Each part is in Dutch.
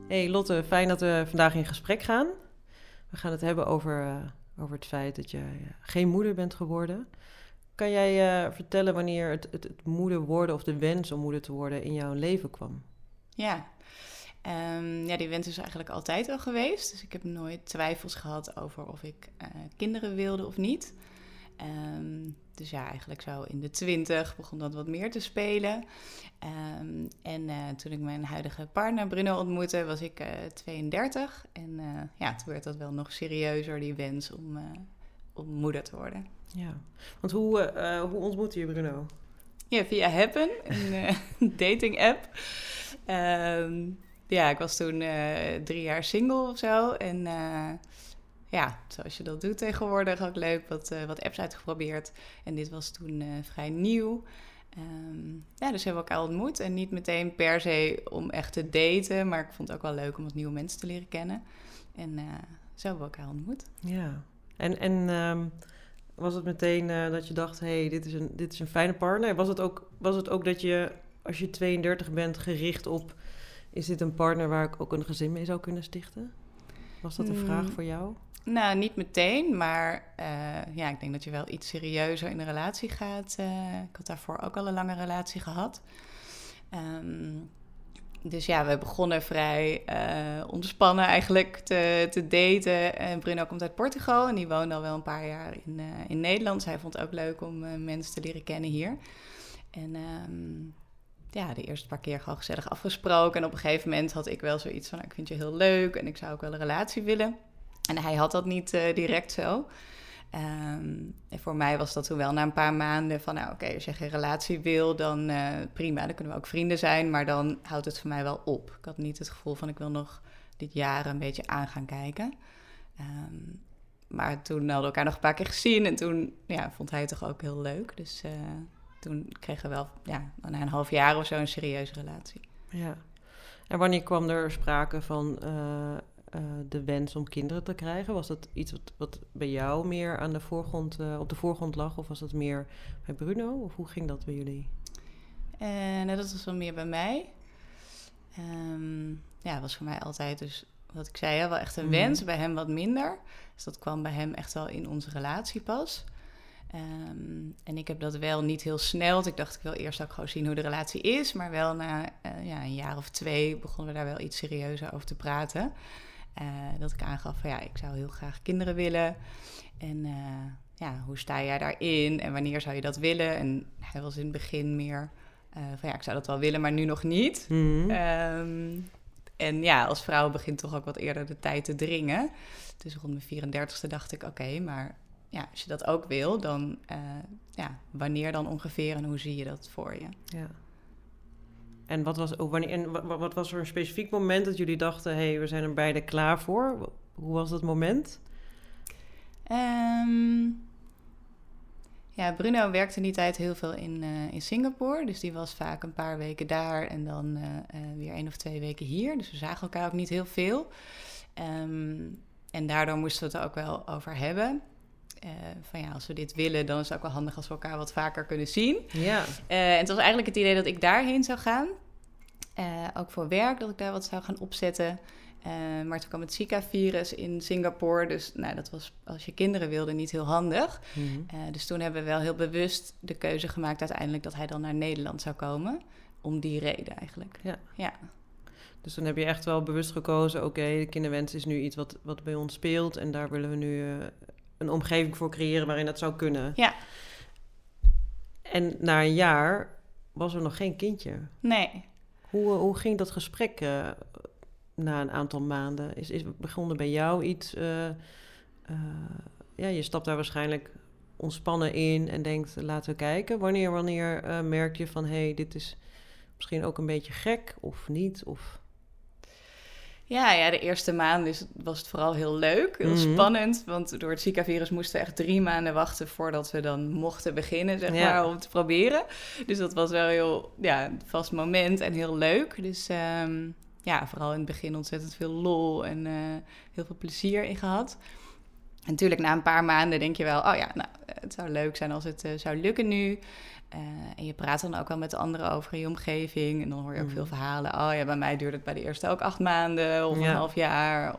Hey Lotte, fijn dat we vandaag in gesprek gaan. We gaan het hebben over het feit dat je geen moeder bent geworden. Kan jij vertellen wanneer het moeder worden of de wens om moeder te worden in jouw leven kwam? Ja. Die wens is eigenlijk altijd al geweest. Dus ik heb nooit twijfels gehad over of ik kinderen wilde of niet. Dus ja, eigenlijk zo in de 20 begon dat wat meer te spelen. Toen ik mijn huidige partner Bruno ontmoette, was ik 32. En toen werd dat wel nog serieuzer, die wens om moeder te worden. Ja, want hoe ontmoette je Bruno? Ja, via Happen, een dating app. Ik was toen 3 jaar single of zo. En zoals je dat doet tegenwoordig, ook leuk, wat apps uitgeprobeerd. En dit was toen vrij nieuw. Dus hebben we elkaar ontmoet. En niet meteen per se om echt te daten, maar ik vond het ook wel leuk om wat nieuwe mensen te leren kennen. En zo hebben we elkaar ontmoet. Ja, en was het meteen dat je dacht, hey, dit is een fijne partner? Was het ook dat je, als je 32 bent, gericht op, is dit een partner waar ik ook een gezin mee zou kunnen stichten? Was dat een vraag voor jou? Nou, niet meteen, maar ik denk dat je wel iets serieuzer in een relatie gaat. Ik had daarvoor ook al een lange relatie gehad. We begonnen vrij ontspannen eigenlijk te daten. Bruno komt uit Portugal en die woonde al wel een paar jaar in Nederland. Zij vond het ook leuk om mensen te leren kennen hier. En de eerste paar keer gewoon gezellig afgesproken. En op een gegeven moment had ik wel zoiets van, ik vind je heel leuk en ik zou ook wel een relatie willen. En hij had dat niet direct zo. En voor mij was dat toen wel na een paar maanden van, als je geen relatie wil, dan prima, dan kunnen we ook vrienden zijn, maar dan houdt het voor mij wel op. Ik had niet het gevoel van, ik wil nog dit jaar een beetje aan gaan kijken. Maar toen hadden we elkaar nog een paar keer gezien en toen vond hij het toch ook heel leuk. Dus toen kregen we wel, na een half jaar of zo een serieuze relatie. Ja. En wanneer kwam er sprake van de wens om kinderen te krijgen? Was dat iets wat bij jou meer aan de voorgrond, op de voorgrond lag? Of was dat meer bij Bruno? Of hoe ging dat bij jullie? Dat was wel meer bij mij. Het was voor mij altijd dus, wat ik zei, wel echt een wens. Bij hem wat minder. Dus dat kwam bij hem echt wel in onze relatie pas. En ik heb dat wel niet heel snel. Want ik dacht, ik wil eerst ook gewoon zien hoe de relatie is. Maar wel na een jaar of 2 begonnen we daar wel iets serieuzer over te praten. Dat ik aangaf van ik zou heel graag kinderen willen. En hoe sta jij daarin? En wanneer zou je dat willen? En hij was in het begin meer ik zou dat wel willen, maar nu nog niet. Als vrouw begint toch ook wat eerder de tijd te dringen. Dus rond mijn 34ste dacht ik, oké, maar als je dat ook wil, dan wanneer dan ongeveer en hoe zie je dat voor je? Ja. En wat was er een specifiek moment dat jullie dachten, hey, we zijn er beide klaar voor? Hoe was dat moment? Bruno werkte in die tijd heel veel in Singapore. Dus die was vaak een paar weken daar en dan weer 1 of 2 weken hier. Dus we zagen elkaar ook niet heel veel. En daardoor moesten we het er ook wel over hebben. Als we dit willen, dan is het ook wel handig als we elkaar wat vaker kunnen zien. Ja. En het was eigenlijk het idee dat ik daarheen zou gaan. Ook voor werk, dat ik daar wat zou gaan opzetten. Maar toen kwam het Zika-virus in Singapore. Dus dat was, als je kinderen wilde, niet heel handig. Dus toen hebben we wel heel bewust de keuze gemaakt uiteindelijk dat hij dan naar Nederland zou komen. Om die reden eigenlijk. Ja. Dus dan heb je echt wel bewust gekozen, oké, de kinderwens is nu iets wat bij ons speelt. En daar willen we nu een omgeving voor creëren waarin dat zou kunnen. Ja. En na een jaar was er nog geen kindje. Nee. Hoe ging dat gesprek na een aantal maanden? Begon er bij jou iets? Je stapt daar waarschijnlijk ontspannen in en denkt, laten we kijken. Wanneer merk je van, hey, dit is misschien ook een beetje gek of niet? Of... Ja, de eerste maanden was het vooral heel leuk, heel spannend. Want door het Zika-virus moesten we echt 3 maanden wachten voordat we dan mochten beginnen, maar, om te proberen. Dus dat was wel heel een vast moment en heel leuk. Dus vooral in het begin ontzettend veel lol en heel veel plezier in gehad. natuurlijk na een paar maanden denk je wel, oh ja, nou, het zou leuk zijn als het zou lukken nu. En je praat dan ook wel met de anderen over in je omgeving. En dan hoor je ook veel verhalen. Oh ja, bij mij duurde het bij de eerste ook 8 maanden of een half jaar.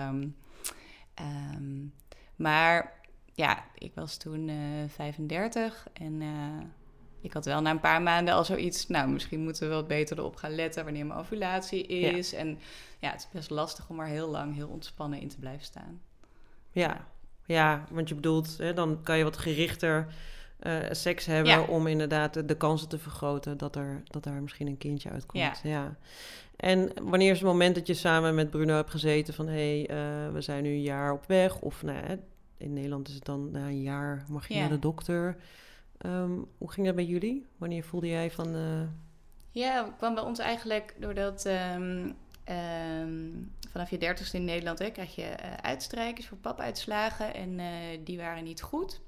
Maar ja, ik was toen 35 en ik had wel na een paar maanden al zoiets... nou, misschien moeten we wat beter erop gaan letten wanneer mijn ovulatie is. Ja. En ja, het is best lastig om er heel lang heel ontspannen in te blijven staan. Ja, want je bedoelt, hè, dan kan je wat gerichter seks hebben... om inderdaad de kansen te vergroten dat daar misschien een kindje uitkomt. Ja. En wanneer is het moment dat je samen met Bruno hebt gezeten van... we zijn nu een jaar op weg, of in Nederland is het dan na een jaar mag je naar de dokter... hoe ging dat bij jullie? Wanneer voelde jij van... Ja, het kwam bij ons eigenlijk doordat vanaf je 30ste in Nederland krijg je uitstrijkers voor papuitslagen. En die waren niet goed.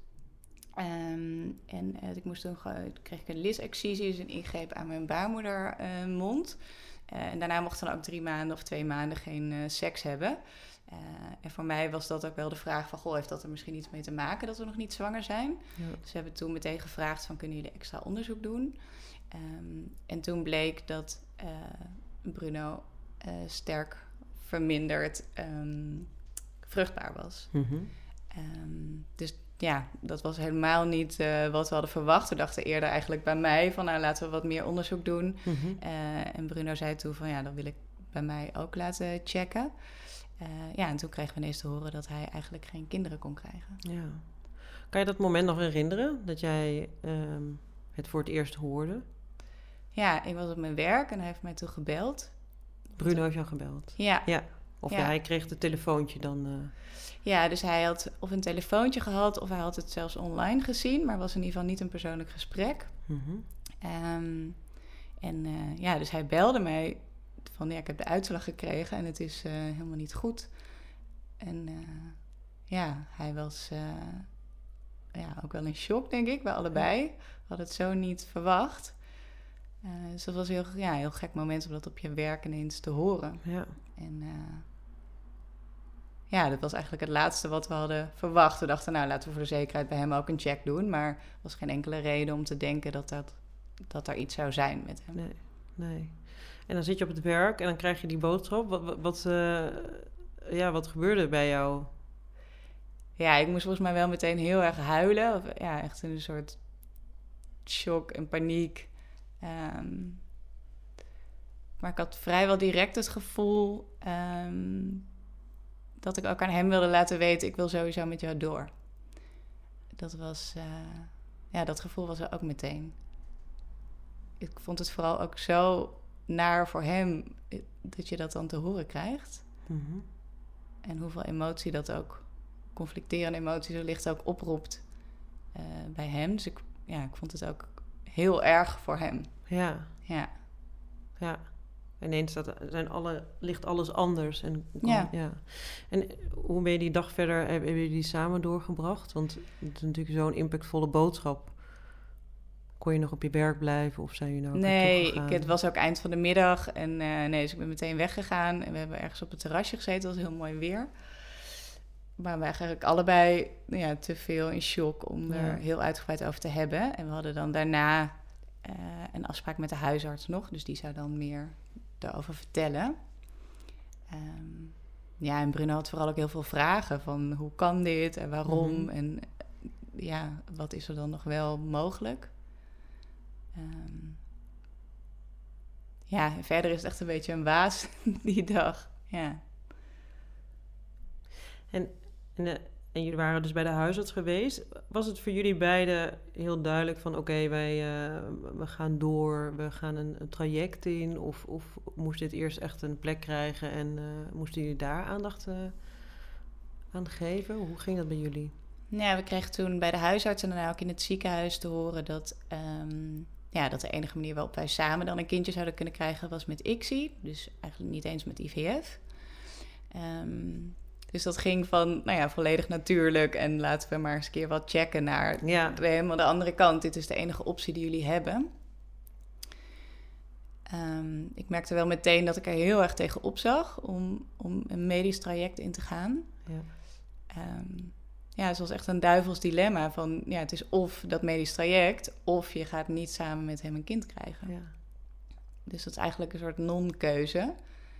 Kreeg ik een lisexcisie, dus een ingreep aan mijn baarmoedermond. En daarna mocht dan ook 3 maanden of 2 maanden geen seks hebben. En voor mij was dat ook wel de vraag van... goh, heeft dat er misschien iets mee te maken dat we nog niet zwanger zijn? Ja. Dus we hebben toen meteen gevraagd van... kunnen jullie extra onderzoek doen? En toen bleek dat Bruno sterk verminderd vruchtbaar was. Mm-hmm. Dus ja, dat was helemaal niet wat we hadden verwacht. We dachten eerder eigenlijk bij mij van... nou, laten we wat meer onderzoek doen. Mm-hmm. En Bruno zei toen van... ja, dan wil ik bij mij ook laten checken... en toen kregen we ineens te horen dat hij eigenlijk geen kinderen kon krijgen. Ja. Kan je dat moment nog herinneren, dat jij het voor het eerst hoorde? Ja, ik was op mijn werk en hij heeft mij toen gebeld. Bruno heeft jou gebeld? Ja. Of hij kreeg het telefoontje dan? Ja, dus hij had of een telefoontje gehad of hij had het zelfs online gezien... maar was in ieder geval niet een persoonlijk gesprek. Mm-hmm. Dus hij belde mij... van ik heb de uitslag gekregen en het is helemaal niet goed. En hij was ook wel in shock, denk ik, bij allebei. We hadden het zo niet verwacht. Dus dat was een heel gek moment om dat op je werk ineens te horen. Ja. En dat was eigenlijk het laatste wat we hadden verwacht. We dachten, nou, laten we voor de zekerheid bij hem ook een check doen. Maar er was geen enkele reden om te denken dat er iets zou zijn met hem. Nee. En dan zit je op het werk en dan krijg je die boodschap. Wat gebeurde bij jou? Ja, ik moest volgens mij wel meteen heel erg huilen. Of, echt in een soort shock en paniek. Maar ik had vrijwel direct het gevoel... dat ik ook aan hem wilde laten weten... ik wil sowieso met jou door. Dat was... dat gevoel was er ook meteen. Ik vond het vooral ook zo... naar voor hem dat je dat dan te horen krijgt. Mm-hmm. En hoeveel emotie dat ook, conflicterende emoties wellicht ook oproept bij hem. Dus ik vond het ook heel erg voor hem. Ja. Ineens ligt alles anders. En hoe ben je die dag verder, hebben jullie die samen doorgebracht? Want het is natuurlijk zo'n impactvolle boodschap. Kon je nog op je werk blijven of zijn jullie nou het was ook eind van de middag. En dus ik ben meteen weggegaan. En we hebben ergens op het terrasje gezeten. Het was heel mooi weer. Maar we eigenlijk allebei te veel in shock om er heel uitgebreid over te hebben. En we hadden dan daarna een afspraak met de huisarts nog. Dus die zou dan meer daarover vertellen. En Bruno had vooral ook heel veel vragen. Van hoe kan dit en waarom? Mm-hmm. En wat is er dan nog wel mogelijk? Verder is het echt een beetje een waas die dag. Ja. En jullie waren dus bij de huisarts geweest. Was het voor jullie beiden heel duidelijk van... oké, we gaan door, we gaan een traject in... Of moest dit eerst echt een plek krijgen... en moesten jullie daar aandacht aan geven? Hoe ging dat bij jullie? Ja, we kregen toen bij de huisarts en daarna ook in het ziekenhuis te horen... dat de enige manier waarop wij samen dan een kindje zouden kunnen krijgen... was met ICSI, dus eigenlijk niet eens met IVF. Dus dat ging van, volledig natuurlijk... en laten we maar eens een keer wat checken naar helemaal de andere kant. Dit is de enige optie die jullie hebben. Ik merkte wel meteen dat ik er heel erg tegen opzag... om een medisch traject in te gaan. Ja. het was echt een duivels dilemma van, ja, het is of dat medisch traject, of je gaat niet samen met hem een kind krijgen. Ja. Dus dat is eigenlijk een soort non-keuze.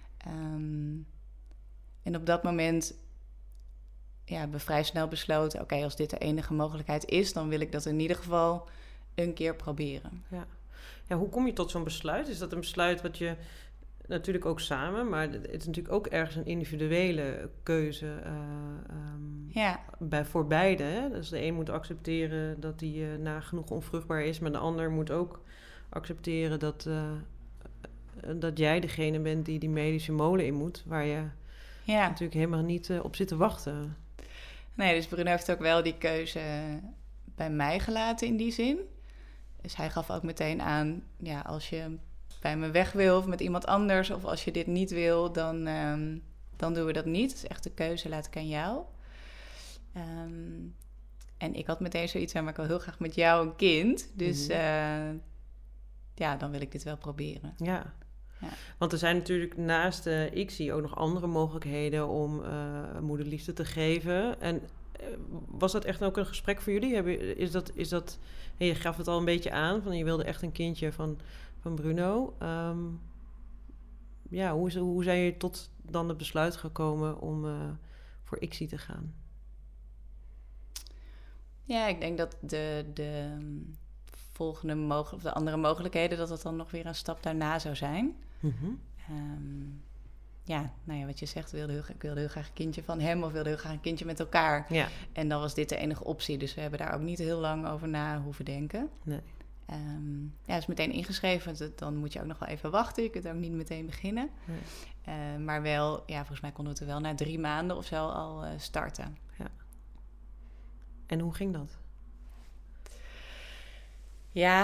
En op dat moment hebben we vrij snel besloten, oké, als dit de enige mogelijkheid is, dan wil ik dat in ieder geval een keer proberen. Ja, hoe kom je tot zo'n besluit? Is dat een besluit wat je natuurlijk ook samen, maar het is natuurlijk ook ergens een individuele keuze voor beide. Hè? Dus de een moet accepteren dat hij nagenoeg onvruchtbaar is, maar de ander moet ook accepteren dat jij degene bent die medische molen in moet, waar je natuurlijk helemaal niet op zit te wachten. Nee, dus Bruno heeft ook wel die keuze bij mij gelaten in die zin. Dus hij gaf ook meteen aan, ja, als je bij me weg wil of met iemand anders, of als je dit niet wil, dan doen we dat niet. Het is echt de keuze, laat ik aan jou. En ik had meteen zoiets aan, maar ik wil heel graag met jou een kind. Dus dan wil ik dit wel proberen. Ja. Want er zijn natuurlijk naast ICSI ook nog andere mogelijkheden om moederliefde te geven. En was dat echt ook een gesprek voor jullie? Is dat je gaf het al een beetje aan, van je wilde echt een kindje van Bruno. Hoe zijn jullie tot dan het besluit gekomen om voor ICSI te gaan? Ja, ik denk dat de volgende of de andere mogelijkheden, dat het dan nog weer een stap daarna zou zijn. Mm-hmm. Wat je zegt, ik wilde heel graag een kindje van hem of wilde heel graag een kindje met elkaar. Ja. En dan was dit de enige optie, dus we hebben daar ook niet heel lang over na hoeven denken. Nee. Is meteen ingeschreven, want dan moet je ook nog wel even wachten. Je kunt ook niet meteen beginnen. Nee. Maar wel, volgens mij konden we het er wel na 3 maanden of zo al starten. Ja. En hoe ging dat? Ja,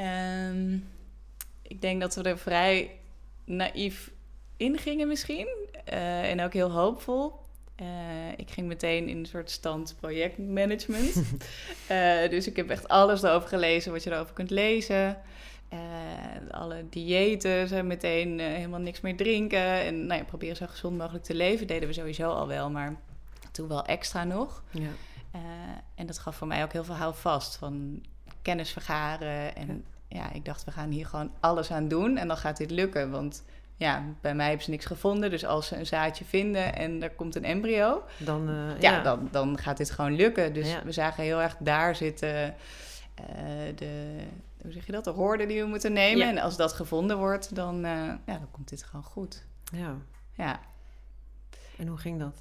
ik denk dat we er vrij naïef ingingen misschien. En ook heel hoopvol. Ik ging meteen in een soort stand projectmanagement. Dus ik heb echt alles erover gelezen wat je erover kunt lezen. Alle diëten zijn meteen helemaal niks meer drinken. En proberen zo gezond mogelijk te leven. Deden we sowieso al wel, maar toen wel extra nog. Ja. En dat gaf voor mij ook heel veel houvast van kennis vergaren. En ik dacht, we gaan hier gewoon alles aan doen. En dan gaat dit lukken, want bij mij hebben ze niks gevonden. Dus als ze een zaadje vinden en er komt een embryo, dan gaat dit gewoon lukken. Dus we zagen heel erg daar zitten de horde die we moeten nemen. Ja. En als dat gevonden wordt, dan komt dit gewoon goed. Ja. En hoe ging dat?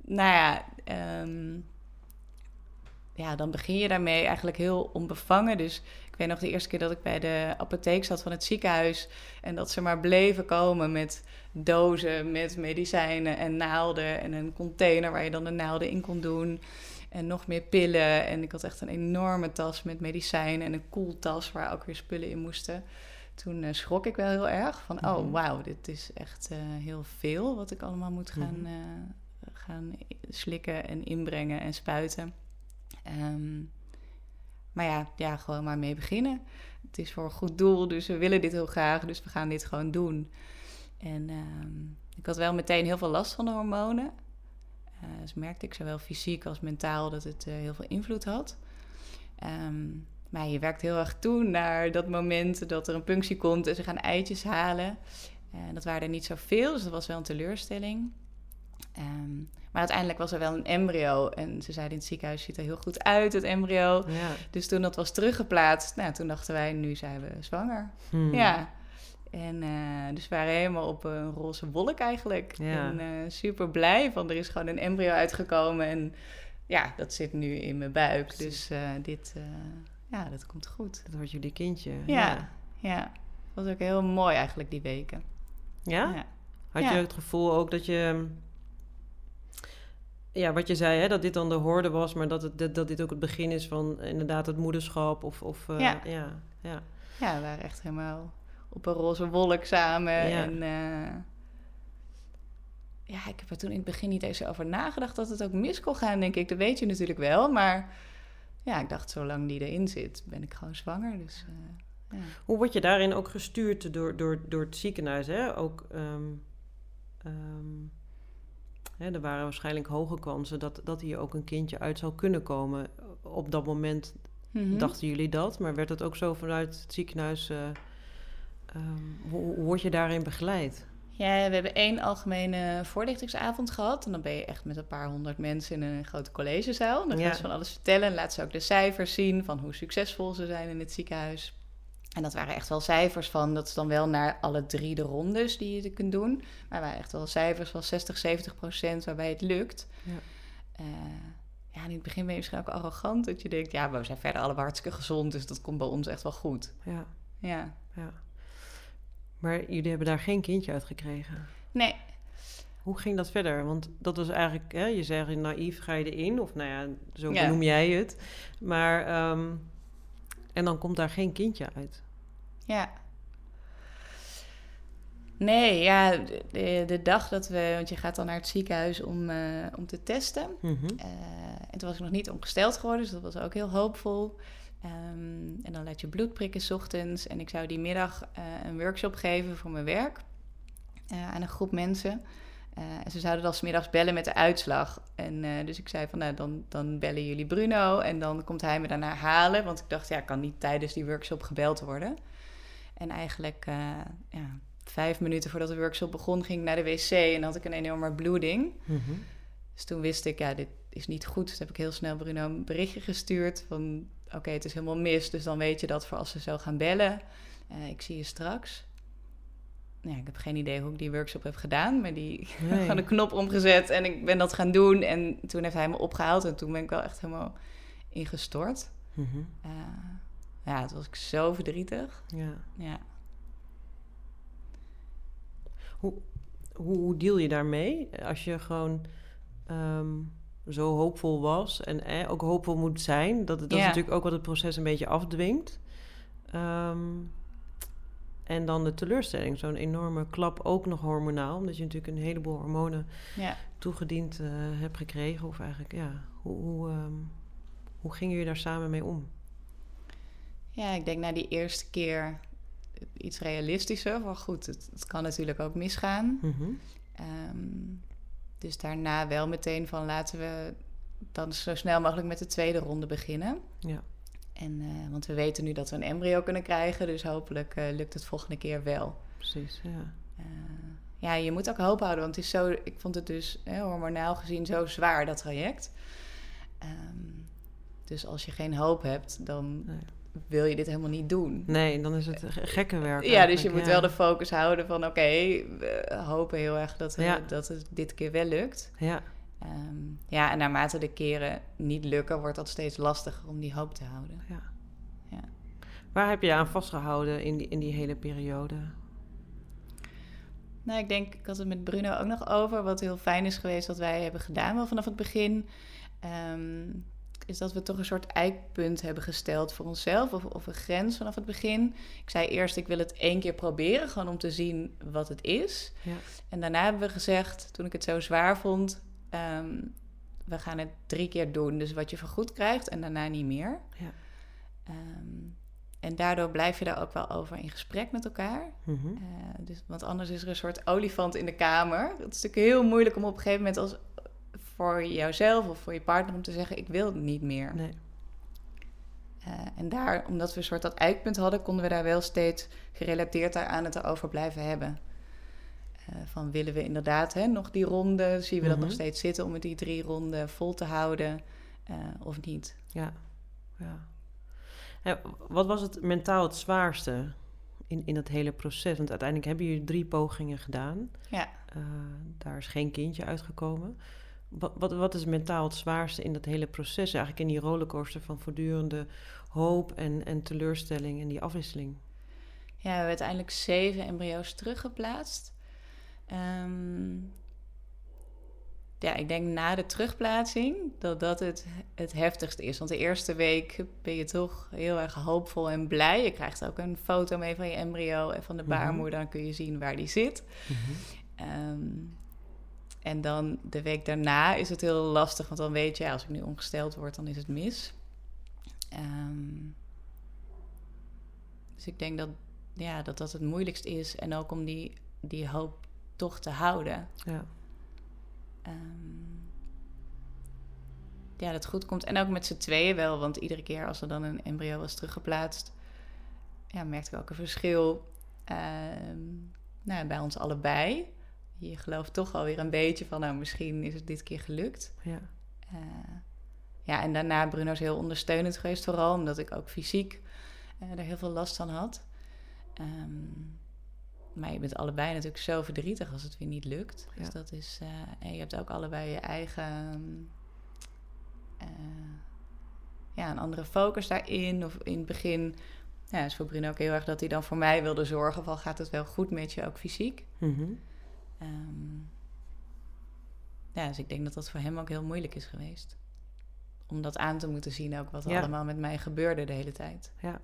Dan begin je daarmee eigenlijk heel onbevangen. Dus ik weet nog de eerste keer dat ik bij de apotheek zat van het ziekenhuis en dat ze maar bleven komen met dozen met medicijnen en naalden en een container waar je dan de naalden in kon doen en nog meer pillen. En ik had echt een enorme tas met medicijnen en een koeltas waar ook weer spullen in moesten. Toen schrok ik wel heel erg van, oh wauw, dit is echt heel veel wat ik allemaal moet gaan slikken en inbrengen en spuiten. Gewoon maar mee beginnen. Het is voor een goed doel, dus we willen dit heel graag, dus we gaan dit gewoon doen. En ik had wel meteen heel veel last van de hormonen. Dus merkte ik zowel fysiek als mentaal dat het heel veel invloed had. Maar je werkt heel erg toe naar dat moment dat er een punctie komt en ze gaan eitjes halen. Dat waren er niet zoveel, dus dat was wel een teleurstelling. Maar uiteindelijk was er wel een embryo. En ze zeiden in het ziekenhuis, ziet er heel goed uit, het embryo. Ja. Dus toen dat was teruggeplaatst, toen dachten wij, nu zijn we zwanger. Ja. En dus we waren helemaal op een roze wolk eigenlijk. Ja. En super blij, van er is gewoon een embryo uitgekomen. En dat zit nu in mijn buik. Dus dat komt goed. Dat wordt jullie kindje. Ja. Dat was ook heel mooi eigenlijk, die weken. Ja? Had je het gevoel ook dat je... Ja, wat je zei, hè, dat dit dan de horde was, maar dat dit ook het begin is van inderdaad het moederschap Ja, we waren echt helemaal op een roze wolk samen. Ja. En ik heb er toen in het begin niet eens over nagedacht dat het ook mis kon gaan, denk ik. Dat weet je natuurlijk wel, maar ik dacht, zolang die erin zit, ben ik gewoon zwanger. Dus, Hoe word je daarin ook gestuurd door het ziekenhuis, hè? Ook... er waren waarschijnlijk hoge kansen dat hier ook een kindje uit zou kunnen komen. Op dat moment dachten jullie dat, maar werd het ook zo vanuit het ziekenhuis? Hoe word je daarin begeleid? Ja, we hebben 1 algemene voorlichtingsavond gehad. En dan ben je echt met een paar 100 mensen in een grote collegezaal. En dan gaan ze van alles vertellen. En laten ze ook de cijfers zien van hoe succesvol ze zijn in het ziekenhuis. En dat waren echt wel cijfers van, dat is dan wel naar alle 3 de rondes die je kunt doen. Maar waren echt wel cijfers van 60-70% waarbij het lukt. Ja. In het begin ben je misschien ook arrogant. Dat je denkt, ja, we zijn verder allemaal hartstikke gezond. Dus dat komt bij ons echt wel goed. Ja. Maar jullie hebben daar geen kindje uit gekregen? Nee. Hoe ging dat verder? Want dat was eigenlijk, je zegt naïef ga je erin. Of nou ja, zo benoem jij het. Maar, en dan komt daar geen kindje uit. Ja. Nee, ja, de dag dat want je gaat dan naar het ziekenhuis om te testen. En toen was ik nog niet ongesteld geworden, dus dat was ook heel hoopvol. En dan laat je bloed prikken 's ochtends. En ik zou die middag een workshop geven voor mijn werk aan een groep mensen. En ze zouden dan 's middags bellen met de uitslag. En dus ik zei van, nou, dan bellen jullie Bruno en dan komt hij me daarna halen. Want ik dacht, ja, ik kan niet tijdens die workshop gebeld worden. En eigenlijk 5 minuten voordat de workshop begon, ging ik naar de wc en had ik een enorme bloeding. Dus toen wist ik, ja, dit is niet goed. Dus heb ik heel snel Bruno een berichtje gestuurd van, oké, het is helemaal mis. Dus dan weet je dat voor als ze zo gaan bellen. Ik zie je straks. Nou, ik heb geen idee hoe ik die workshop heb gedaan. Maar die gewoon een knop omgezet en ik ben dat gaan doen. En toen heeft hij me opgehaald en toen ben ik wel echt helemaal ingestort. Toen was ik zo verdrietig. Ja. Hoe deal je daarmee? Als je gewoon zo hoopvol was en ook hoopvol moet zijn. Dat is natuurlijk ook wat het proces een beetje afdwingt. En dan de teleurstelling. Zo'n enorme klap, ook nog hormonaal. Omdat je natuurlijk een heleboel hormonen toegediend hebt gekregen. Of eigenlijk, hoe gingen jullie daar samen mee om? Ja, ik denk na die eerste keer iets realistischer. Maar goed, het kan natuurlijk ook misgaan. Dus daarna wel meteen van laten we dan zo snel mogelijk met de tweede ronde beginnen. Ja. Want we weten nu dat we een embryo kunnen krijgen. Dus hopelijk lukt het volgende keer wel. Precies, ja. Je moet ook hoop houden. Want het is zo, ik vond het dus hormonaal gezien zo zwaar, dat traject. Dus als je geen hoop hebt, dan wil je dit helemaal niet doen. Nee, dan is het gekke werk. Ja, dus je moet wel de focus houden van we hopen heel erg dat het dit keer wel lukt. Ja. En naarmate de keren niet lukken, wordt dat steeds lastiger om die hoop te houden. Ja. Waar heb je aan vastgehouden in die hele periode? Nou, ik denk, ik had het met Bruno ook nog over. Wat heel fijn is geweest wat wij hebben gedaan wel vanaf het begin. Is dat we toch een soort eikpunt hebben gesteld voor onszelf. Of een grens vanaf het begin. Ik zei eerst, ik wil het 1 keer proberen. Gewoon om te zien wat het is. Ja. En daarna hebben we gezegd, toen ik het zo zwaar vond, we gaan het 3 keer doen. Dus wat je vergoed krijgt en daarna niet meer. Ja. En daardoor blijf je daar ook wel over in gesprek met elkaar. Want anders is er een soort olifant in de kamer. Het is natuurlijk heel moeilijk om op een gegeven moment voor jouzelf of voor je partner om te zeggen, ik wil het niet meer. Nee. En daar, omdat we een soort dat eikpunt hadden, konden we daar wel steeds gerelateerd daaraan het erover blijven hebben. Van willen we inderdaad nog die ronde, zien we dat nog steeds zitten om het die 3 ronden vol te houden of niet? Ja. Wat was het mentaal het zwaarste in dat hele proces? Want uiteindelijk hebben jullie 3 pogingen gedaan. Ja. Daar is geen kindje uitgekomen. Wat is mentaal het zwaarste in dat hele proces? Eigenlijk in die rollercoaster van voortdurende hoop en teleurstelling en die afwisseling. Ja, we hebben uiteindelijk 7 embryo's teruggeplaatst. Ik denk na de terugplaatsing dat het heftigste is. Want de eerste week ben je toch heel erg hoopvol en blij. Je krijgt ook een foto mee van je embryo en van de baarmoeder. Dan kun je zien waar die zit. En dan de week daarna is het heel lastig. Want dan weet je, als ik nu ongesteld word, dan is het mis. Dus ik denk dat het moeilijkst is. En ook om die hoop toch te houden. Ja. Ja, dat goed komt. En ook met z'n tweeën wel, want iedere keer als er dan een embryo was teruggeplaatst, ja, merkte ik ook een verschil bij ons allebei. Je gelooft toch alweer een beetje van, nou, misschien is het dit keer gelukt. Ja, en daarna Bruno is heel ondersteunend geweest, vooral omdat ik ook fysiek er heel veel last van had. Maar je bent allebei natuurlijk zo verdrietig als het weer niet lukt. Ja. Dus dat is... en je hebt ook allebei je eigen... een andere focus daarin. Of in het begin... Ja, is voor Bruno ook heel erg dat hij dan voor mij wilde zorgen. Van, gaat het wel goed met je, ook fysiek? Mm-hmm. Dus ik denk dat dat voor hem ook heel moeilijk is geweest. Om dat aan te moeten zien ook, wat er allemaal met mij gebeurde de hele tijd. Ja.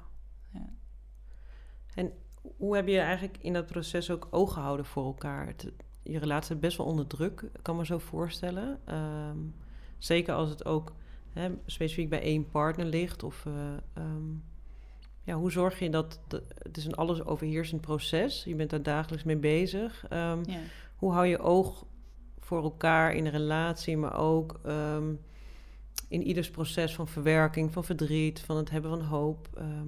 En hoe heb je eigenlijk in dat proces ook oog gehouden voor elkaar? Je relatie is best wel onder druk, ik kan me zo voorstellen. Zeker als het ook specifiek bij één partner ligt. Of hoe zorg je dat... Het is een alles overheersend proces. Je bent daar dagelijks mee bezig. Hoe hou je oog voor elkaar in een relatie, maar ook in ieders proces van verwerking, van verdriet, van het hebben van hoop?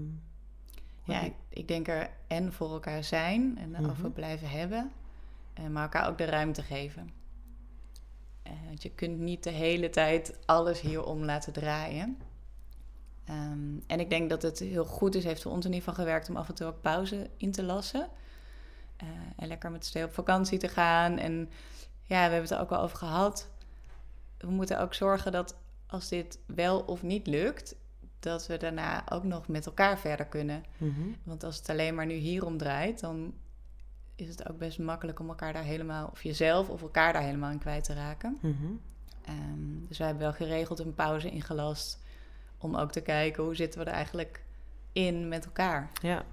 Ik denk er en voor elkaar zijn en erover blijven hebben, maar elkaar ook de ruimte geven. Want je kunt niet de hele tijd alles hierom laten draaien. En ik denk dat het heel goed is, heeft voor ons in ieder geval gewerkt om af en toe ook pauze in te lassen. En lekker met Stee op vakantie te gaan. En ja, we hebben het er ook wel over gehad. We moeten ook zorgen dat als dit wel of niet lukt, dat we daarna ook nog met elkaar verder kunnen. Mm-hmm. Want als het alleen maar nu hierom draait, dan is het ook best makkelijk om elkaar daar helemaal, of jezelf of elkaar daar helemaal in kwijt te raken. Mm-hmm. Dus wij hebben wel geregeld een pauze ingelast om ook te kijken hoe zitten we er eigenlijk in met elkaar. Ja.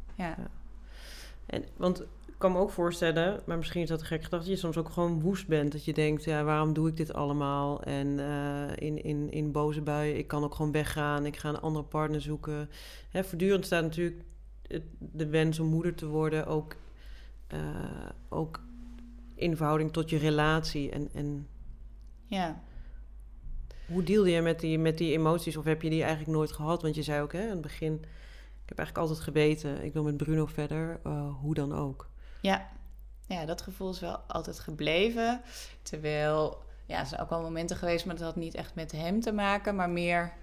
En, want ik kan me ook voorstellen, maar misschien is dat een gek gedachte, dat je soms ook gewoon woest bent. Dat je denkt, ja, waarom doe ik dit allemaal? En in boze buien, ik kan ook gewoon weggaan. Ik ga een andere partner zoeken. Voortdurend staat natuurlijk de wens om moeder te worden ook in verhouding tot je relatie. En hoe deal je met die emoties? Of heb je die eigenlijk nooit gehad? Want je zei ook, in het begin, ik heb eigenlijk altijd geweten, ik wil met Bruno verder, hoe dan ook. Ja, dat gevoel is wel altijd gebleven. Terwijl, er zijn ook wel momenten geweest, maar dat had niet echt met hem te maken, maar meer,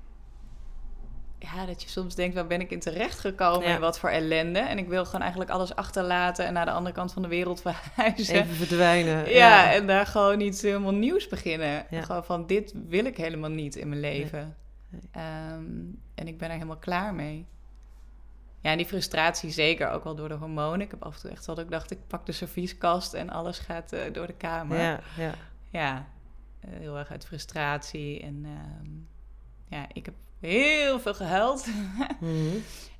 dat je soms denkt, waar ben ik in terecht gekomen en wat voor ellende. En ik wil gewoon eigenlijk alles achterlaten en naar de andere kant van de wereld verhuizen. Even verdwijnen. Ja, en daar gewoon iets helemaal nieuws beginnen. Ja. Gewoon van, dit wil ik helemaal niet in mijn leven. Nee. En ik ben er helemaal klaar mee. Ja, en die frustratie zeker ook wel door de hormonen. Ik heb af en toe echt wel dat ik dacht, ik pak de servieskast en alles gaat door de kamer. Ja, heel erg uit frustratie. En ik heb heel veel gehuild. Mm-hmm.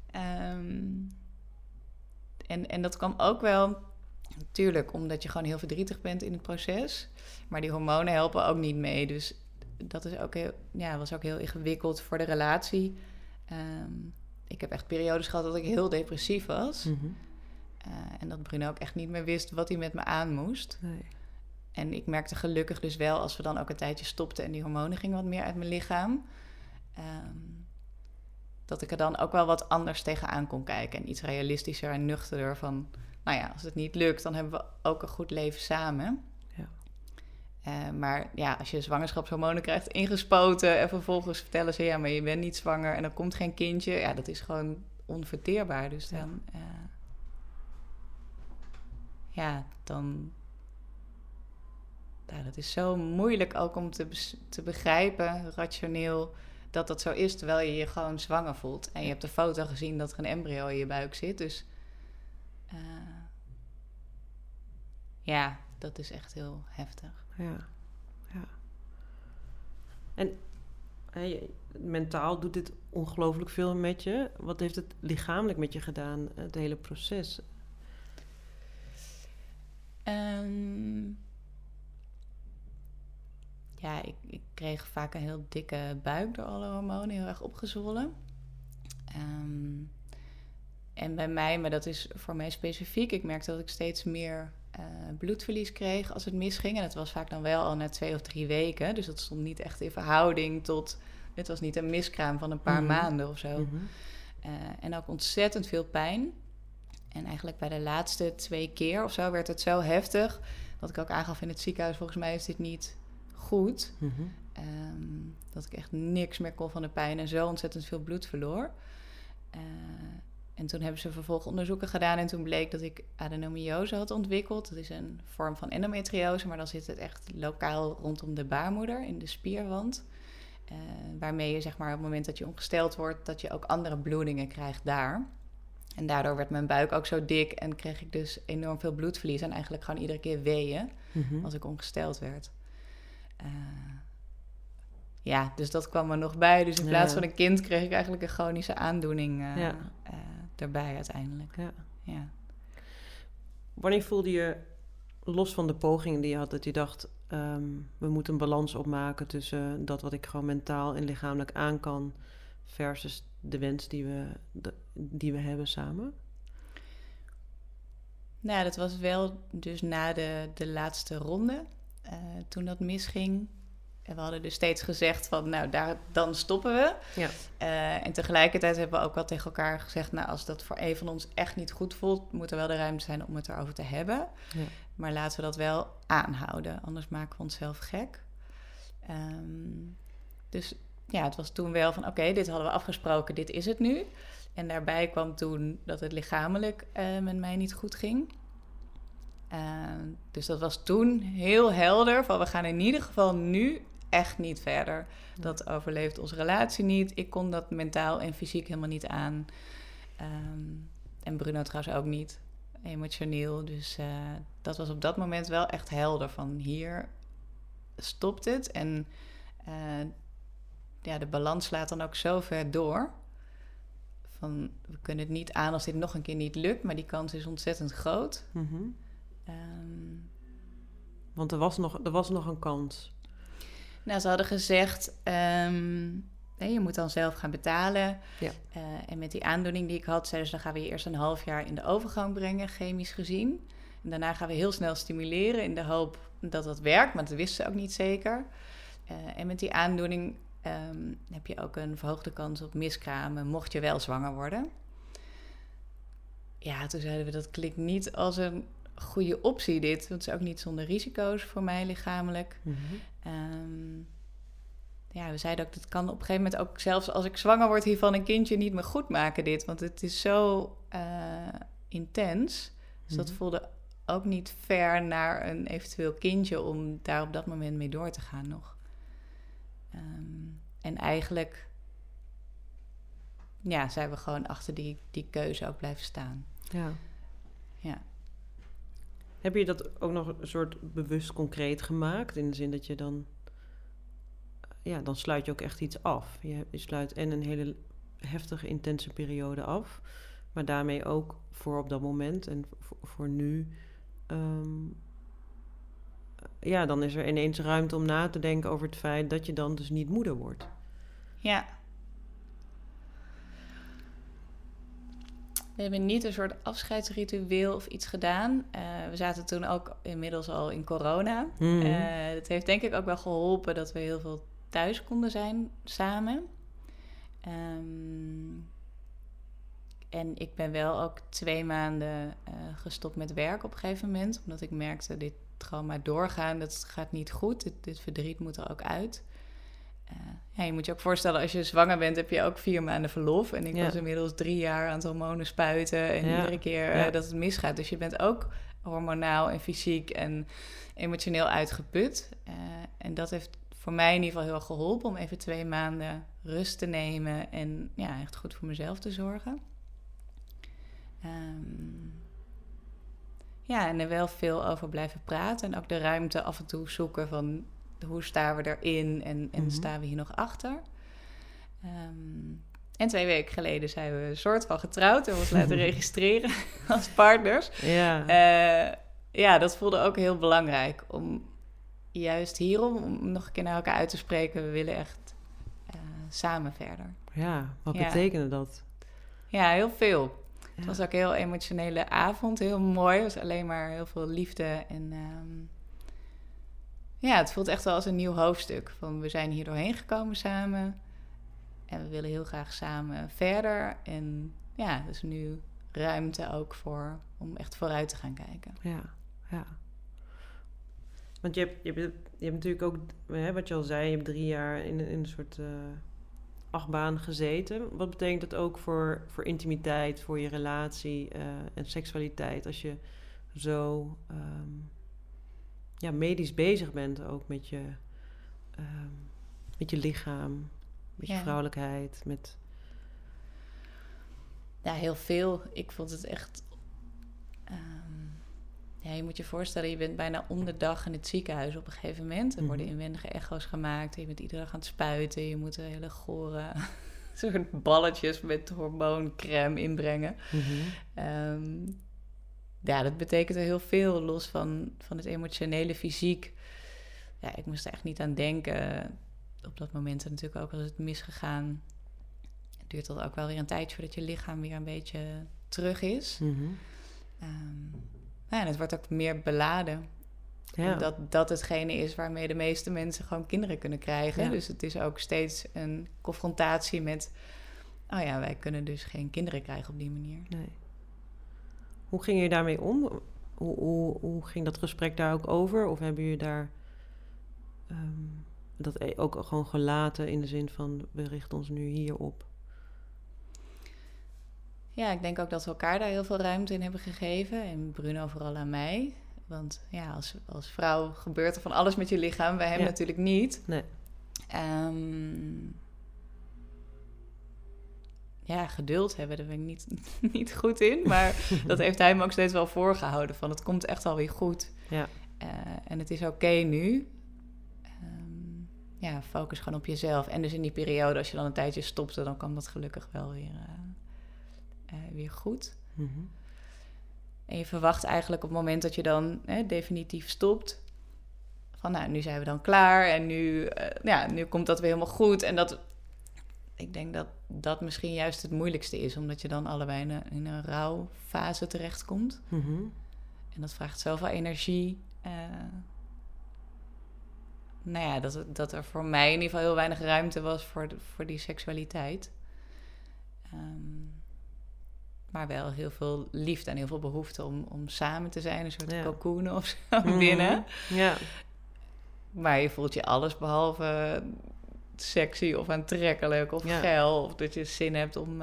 En dat kwam ook wel, natuurlijk, omdat je gewoon heel verdrietig bent in het proces. Maar die hormonen helpen ook niet mee. Dus dat is ook was ook heel ingewikkeld voor de relatie. Ik heb echt periodes gehad dat ik heel depressief was. Mm-hmm. En dat Bruno ook echt niet meer wist wat hij met me aan moest. Nee. En ik merkte gelukkig dus wel, als we dan ook een tijdje stopten en die hormonen gingen wat meer uit mijn lichaam, dat ik er dan ook wel wat anders tegenaan kon kijken. En iets realistischer en nuchterder van, als het niet lukt, dan hebben we ook een goed leven samen. Maar als je zwangerschapshormonen krijgt ingespoten en vervolgens vertellen ze, maar je bent niet zwanger en er komt geen kindje. Dat is gewoon onverteerbaar. Dus dan dat is zo moeilijk ook om te begrijpen, rationeel, dat dat zo is, terwijl je je gewoon zwanger voelt. En je hebt de foto gezien dat er een embryo in je buik zit. Dus dat is echt heel heftig. Ja. En mentaal doet dit ongelooflijk veel met je. Wat heeft het lichamelijk met je gedaan, het hele proces? Ik kreeg vaak een heel dikke buik door alle hormonen, heel erg opgezwollen. En bij mij, maar dat is voor mij specifiek, ik merkte dat ik steeds meer bloedverlies kreeg als het misging. En dat was vaak dan wel al na 2 of 3 weken. Dus dat stond niet echt in verhouding tot... Het was niet een miskraam van een paar maanden of zo. En ook ontzettend veel pijn. En eigenlijk bij de laatste 2 keer of zo werd het zo heftig... dat ik ook aangaf in het ziekenhuis... volgens mij is dit niet goed. Dat ik echt niks meer kon van de pijn... en zo ontzettend veel bloed verloor. En toen hebben ze vervolgonderzoeken gedaan... en toen bleek dat ik adenomiose had ontwikkeld. Dat is een vorm van endometriose... maar dan zit het echt lokaal rondom de baarmoeder... in de spierwand... waarmee je zeg maar op het moment dat je ongesteld wordt... dat je ook andere bloedingen krijgt daar. En daardoor werd mijn buik ook zo dik... en kreeg ik dus enorm veel bloedverlies... en eigenlijk gewoon iedere keer weeën... als ik ongesteld werd. Dus dat kwam er nog bij. Dus in plaats van een kind... kreeg ik eigenlijk een chronische aandoening erbij uiteindelijk. Ja. Wanneer voelde je, los van de pogingen die je had... dat je dacht... we moeten een balans opmaken tussen dat wat ik gewoon mentaal en lichamelijk aan kan... versus de wens die we hebben samen? Nou, dat was wel dus na de laatste ronde, toen dat misging. En we hadden dus steeds gezegd van, nou, dan stoppen we. Ja. En tegelijkertijd hebben we ook wel tegen elkaar gezegd... nou, als dat voor een van ons echt niet goed voelt... moet er wel de ruimte zijn om het erover te hebben. Ja. Maar laten we dat wel aanhouden. Anders maken we onszelf gek. Dus ja, het was toen wel van... oké, dit hadden we afgesproken, dit is het nu. En daarbij kwam toen dat het lichamelijk met mij niet goed ging. Dus dat was toen heel helder... van we gaan in ieder geval nu... echt niet verder. Dat overleeft onze relatie niet. Ik kon dat mentaal en fysiek helemaal niet aan. En Bruno trouwens ook niet. Emotioneel. Dus dat was op dat moment wel echt helder. Van hier stopt het. En de balans slaat dan ook zo ver door. Van we kunnen het niet aan als dit nog een keer niet lukt. Maar die kans is ontzettend groot. Want er was nog een kans. Nou, ze hadden gezegd, je moet dan zelf gaan betalen. Ja. En met die aandoening die ik had, zeiden ze... dan gaan we je eerst een half jaar in de overgang brengen, chemisch gezien. En daarna gaan we heel snel stimuleren in de hoop dat dat werkt. Maar dat wisten ze ook niet zeker. En met die aandoening heb je ook een verhoogde kans op miskramen... mocht je wel zwanger worden. Ja, toen zeiden we, dat klinkt niet als een goede optie dit. Want het is ook niet zonder risico's voor mij lichamelijk. We zeiden ook, dat kan op een gegeven moment ook... zelfs als ik zwanger word hiervan een kindje niet meer goed maken dit. Want het is zo intens. Dus dat voelde ook niet ver naar een eventueel kindje... om daar op dat moment mee door te gaan nog. En eigenlijk... zijn we gewoon achter die keuze ook blijven staan. Ja. Heb je dat ook nog een soort bewust concreet gemaakt? In de zin dat je dan... dan sluit je ook echt iets af. Je sluit en een hele heftige, intense periode af. Maar daarmee ook voor op dat moment en voor nu... dan is er ineens ruimte om na te denken over het feit... dat je dan dus niet moeder wordt. Ja. We hebben niet een soort afscheidsritueel of iets gedaan. We zaten toen ook inmiddels al in corona. Dat heeft denk ik ook wel geholpen dat we heel veel thuis konden zijn samen. En ik ben wel ook 2 maanden gestopt met werk op een gegeven moment. Omdat ik merkte, dit gewoon maar doorgaan, dat gaat niet goed. Dit verdriet moet er ook uit. Je moet je ook voorstellen, als je zwanger bent, heb je ook 4 maanden verlof. En ik was inmiddels 3 jaar aan het hormonen spuiten. En iedere keer dat het misgaat. Dus je bent ook hormonaal en fysiek en emotioneel uitgeput. En dat heeft voor mij in ieder geval heel erg geholpen... om even 2 maanden rust te nemen en echt goed voor mezelf te zorgen. En er wel veel over blijven praten. En ook de ruimte af en toe zoeken van... hoe staan we erin en staan we hier nog achter? En 2 weken geleden zijn we een soort van getrouwd... en ons laten registreren als partners. Dat voelde ook heel belangrijk... om juist hierom om nog een keer naar elkaar uit te spreken... we willen echt samen verder. Ja, wat betekende dat? Ja, heel veel. Het was ook een heel emotionele avond, heel mooi. Het was alleen maar heel veel liefde. En het voelt echt wel als een nieuw hoofdstuk. Van we zijn hier doorheen gekomen samen. En we willen heel graag samen verder. En ja, dus nu ruimte ook om echt vooruit te gaan kijken. Ja. Want je hebt natuurlijk ook, wat je al zei, je hebt 3 jaar in een soort achtbaan gezeten. Wat betekent dat ook voor intimiteit, voor je relatie en seksualiteit? Als je zo medisch bezig bent ook met je lichaam, met je vrouwelijkheid, met... Ja, heel veel. Ik vond het echt... je moet je voorstellen, je bent bijna om de dag in het ziekenhuis op een gegeven moment. Er worden inwendige echo's gemaakt. Je bent iedere dag aan het spuiten. Je moet hele gore soort balletjes met hormooncrème inbrengen. Dat betekent heel veel, los van het emotionele, fysiek. Ja, ik moest er echt niet aan denken. Op dat moment natuurlijk ook was het misgegaan. Het duurt dan ook wel weer een tijdje voordat je lichaam weer een beetje terug is. En het wordt ook meer beladen. Ja. Dat hetgene is waarmee de meeste mensen gewoon kinderen kunnen krijgen. Ja. Dus het is ook steeds een confrontatie met... wij kunnen dus geen kinderen krijgen op die manier. Nee. Hoe ging je daarmee om? Hoe ging dat gesprek daar ook over? Of hebben jullie daar dat ook gewoon gelaten in de zin van... we richten ons nu hier op? Ja, ik denk ook dat we elkaar daar heel veel ruimte in hebben gegeven. En Bruno vooral aan mij. Want ja, als vrouw gebeurt er van alles met je lichaam. Bij hem natuurlijk niet. Nee. Geduld hebben, daar ben ik niet goed in. Maar dat heeft hij me ook steeds wel voorgehouden. Van het komt echt wel weer goed. Ja. En het is oké nu. Focus gewoon op jezelf. En dus in die periode, als je dan een tijdje stopte... dan kwam dat gelukkig wel weer goed. Mm-hmm. En je verwacht eigenlijk op het moment dat je dan definitief stopt... van nu zijn we dan klaar en nu komt dat weer helemaal goed. En ik denk dat misschien juist het moeilijkste is... omdat je dan allebei in een rouwfase terechtkomt. Mm-hmm. En dat vraagt zoveel energie. Dat er voor mij in ieder geval heel weinig ruimte was... voor die seksualiteit. Maar wel heel veel liefde en heel veel behoefte om samen te zijn. Een soort cocoon of zo binnen. Ja. Maar je voelt je alles behalve sexy of aantrekkelijk of geil. Of dat je zin hebt om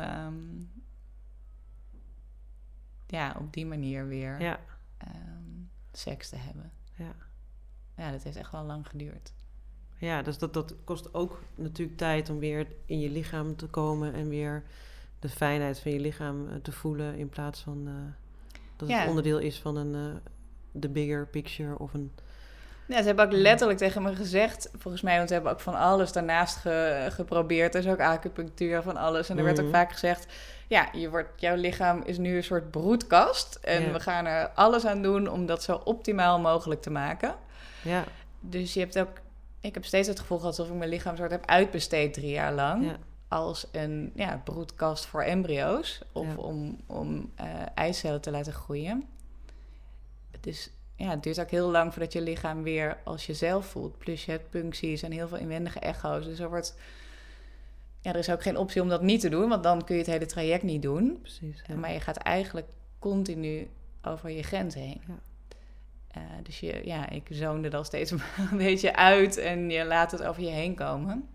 op die manier weer seks te hebben. Ja, dat heeft echt wel lang geduurd. Ja, dus dat kost ook natuurlijk tijd om weer in je lichaam te komen... en weer de fijnheid van je lichaam te voelen... in plaats van dat het onderdeel is van de bigger picture of een... Ja, ze hebben ook letterlijk tegen me gezegd... volgens mij, want ze hebben ook van alles daarnaast geprobeerd. Er is ook acupunctuur van alles. En er werd ook vaak gezegd... jouw lichaam is nu een soort broedkast... en we gaan er alles aan doen om dat zo optimaal mogelijk te maken. Ja. Dus je hebt ook... Ik heb steeds het gevoel gehad alsof ik mijn lichaam soort heb uitbesteed 3 jaar lang... Ja. Als een broedkast voor embryo's... of om eicellen te laten groeien. Dus het duurt ook heel lang voordat je lichaam weer als jezelf voelt. Plus je hebt puncties en heel veel inwendige echo's. Dus er is ook geen optie om dat niet te doen... want dan kun je het hele traject niet doen. Precies, maar je gaat eigenlijk continu over je grens heen. Ja. Dus ik zoonde er al steeds een beetje uit... en je laat het over je heen komen...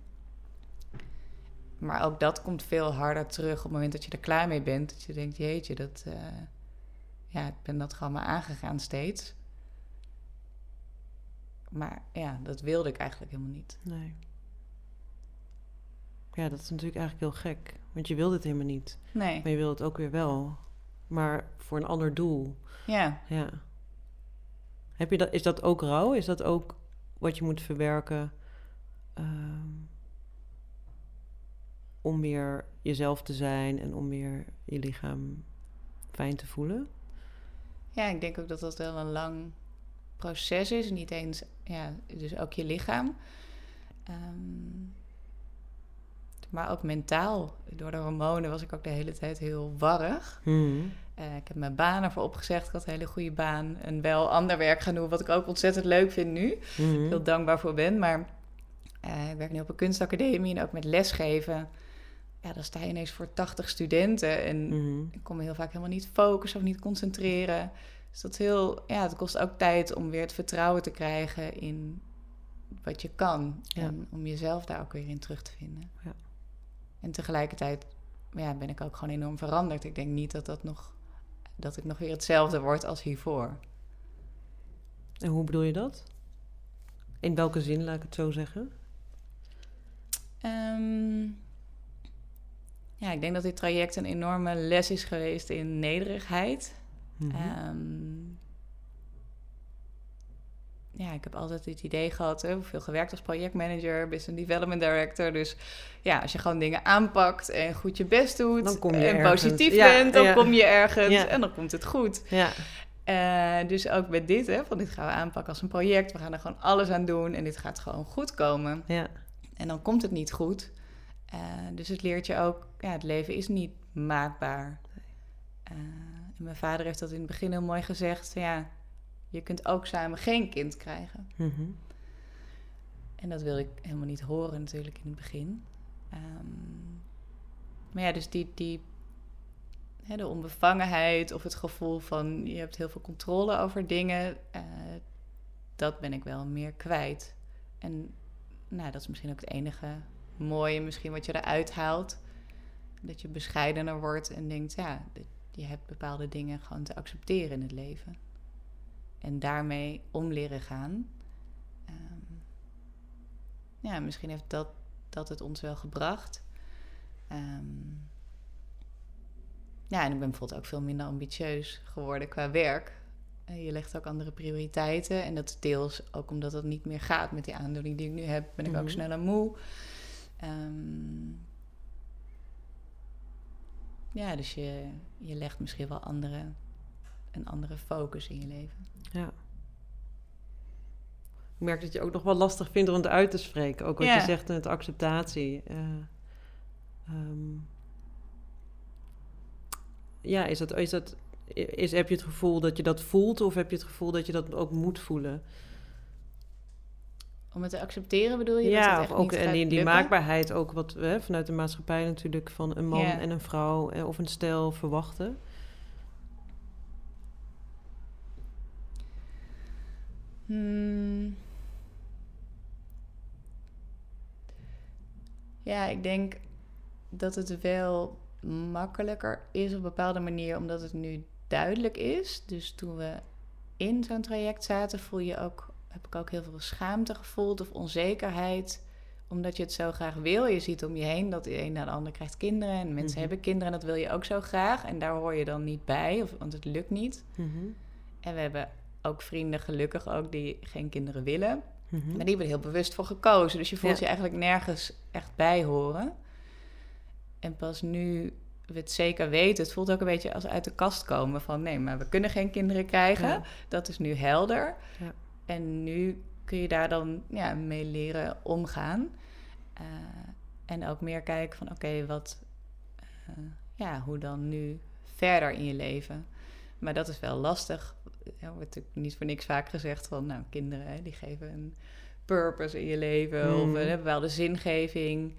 Maar ook dat komt veel harder terug op het moment dat je er klaar mee bent. Dat je denkt, jeetje, ik ben dat gewoon maar aangegaan steeds. Maar dat wilde ik eigenlijk helemaal niet. Nee. Ja, dat is natuurlijk eigenlijk heel gek. Want je wilde het helemaal niet. Nee. Maar je wil het ook weer wel. Maar voor een ander doel. Ja. Is dat ook rouw? Is dat ook wat je moet verwerken... om weer jezelf te zijn en om weer je lichaam fijn te voelen? Ja, ik denk ook dat dat wel een lang proces is. Niet eens, dus ook je lichaam. Maar ook mentaal. Door de hormonen was ik ook de hele tijd heel warrig. Ik heb mijn baan ervoor opgezegd. Ik had een hele goede baan. En wel ander werk gaan doen, wat ik ook ontzettend leuk vind nu. Heel dankbaar voor ben. Maar ik werk nu op een kunstacademie en ook met lesgeven. Ja, dan sta je ineens voor 80 studenten. En ik kon me heel vaak helemaal niet focussen of niet concentreren. Dus dat het kost ook tijd om weer het vertrouwen te krijgen in wat je kan. Ja. En om jezelf daar ook weer in terug te vinden. Ja. En tegelijkertijd ben ik ook gewoon enorm veranderd. Ik denk niet dat ik nog weer hetzelfde word als hiervoor. En hoe bedoel je dat? In welke zin, laat ik het zo zeggen? Ik denk dat dit traject een enorme les is geweest in nederigheid. Ik heb altijd het idee gehad, veel gewerkt als projectmanager, business development director. Dus als je gewoon dingen aanpakt en goed je best doet dan kom je en ergens. Positief bent, dan kom je ergens en dan komt het goed. Ja. Dus ook met dit, van dit gaan we aanpakken als een project. We gaan er gewoon alles aan doen en dit gaat gewoon goed komen. Ja. En dan komt het niet goed. Dus het leert je ook, het leven is niet maakbaar. En mijn vader heeft dat in het begin heel mooi gezegd. Je kunt ook samen geen kind krijgen. En dat wilde ik helemaal niet horen natuurlijk in het begin. Dus de onbevangenheid of het gevoel van je hebt heel veel controle over dingen, dat ben ik wel meer kwijt. En dat is misschien ook het enige mooie misschien wat je eruit haalt. Dat je bescheidener wordt en denkt, je hebt bepaalde dingen gewoon te accepteren in het leven. En daarmee om leren gaan. Misschien heeft dat het ons wel gebracht. En ik ben bijvoorbeeld ook veel minder ambitieus geworden qua werk. Je legt ook andere prioriteiten. En dat is deels ook omdat het niet meer gaat met die aandoening die ik nu heb. Ben ik ook sneller moe. Dus je legt misschien wel een andere focus in je leven. Ja. Ik merk dat je ook nog wel lastig vindt om het uit te spreken. Ook wat je zegt met acceptatie. Heb je het gevoel dat je dat voelt of heb je het gevoel dat je dat ook moet voelen? Om het te accepteren bedoel je? Ja, dat het echt ook niet en die maakbaarheid ook wat we vanuit de maatschappij natuurlijk van een man en een vrouw of een stel verwachten. Ik denk dat het wel makkelijker is op een bepaalde manier, omdat het nu duidelijk is. Dus toen we in zo'n traject zaten, heb ik ook heel veel schaamte gevoeld of onzekerheid, omdat je het zo graag wil. Je ziet om je heen dat de een na de ander krijgt kinderen en mensen hebben kinderen en dat wil je ook zo graag. En daar hoor je dan niet bij, want het lukt niet. En we hebben ook vrienden, gelukkig ook, die geen kinderen willen. Maar die hebben er heel bewust voor gekozen. Dus je voelt je eigenlijk nergens echt bij horen. En pas nu we het zeker weten, het voelt ook een beetje als uit de kast komen van nee, maar we kunnen geen kinderen krijgen. Ja. Dat is nu helder. Ja. En nu kun je daar dan mee leren omgaan. En ook meer kijken van oké, hoe dan nu verder in je leven. Maar dat is wel lastig. Er wordt natuurlijk niet voor niks vaak gezegd van kinderen die geven een purpose in je leven of een bepaalde zingeving.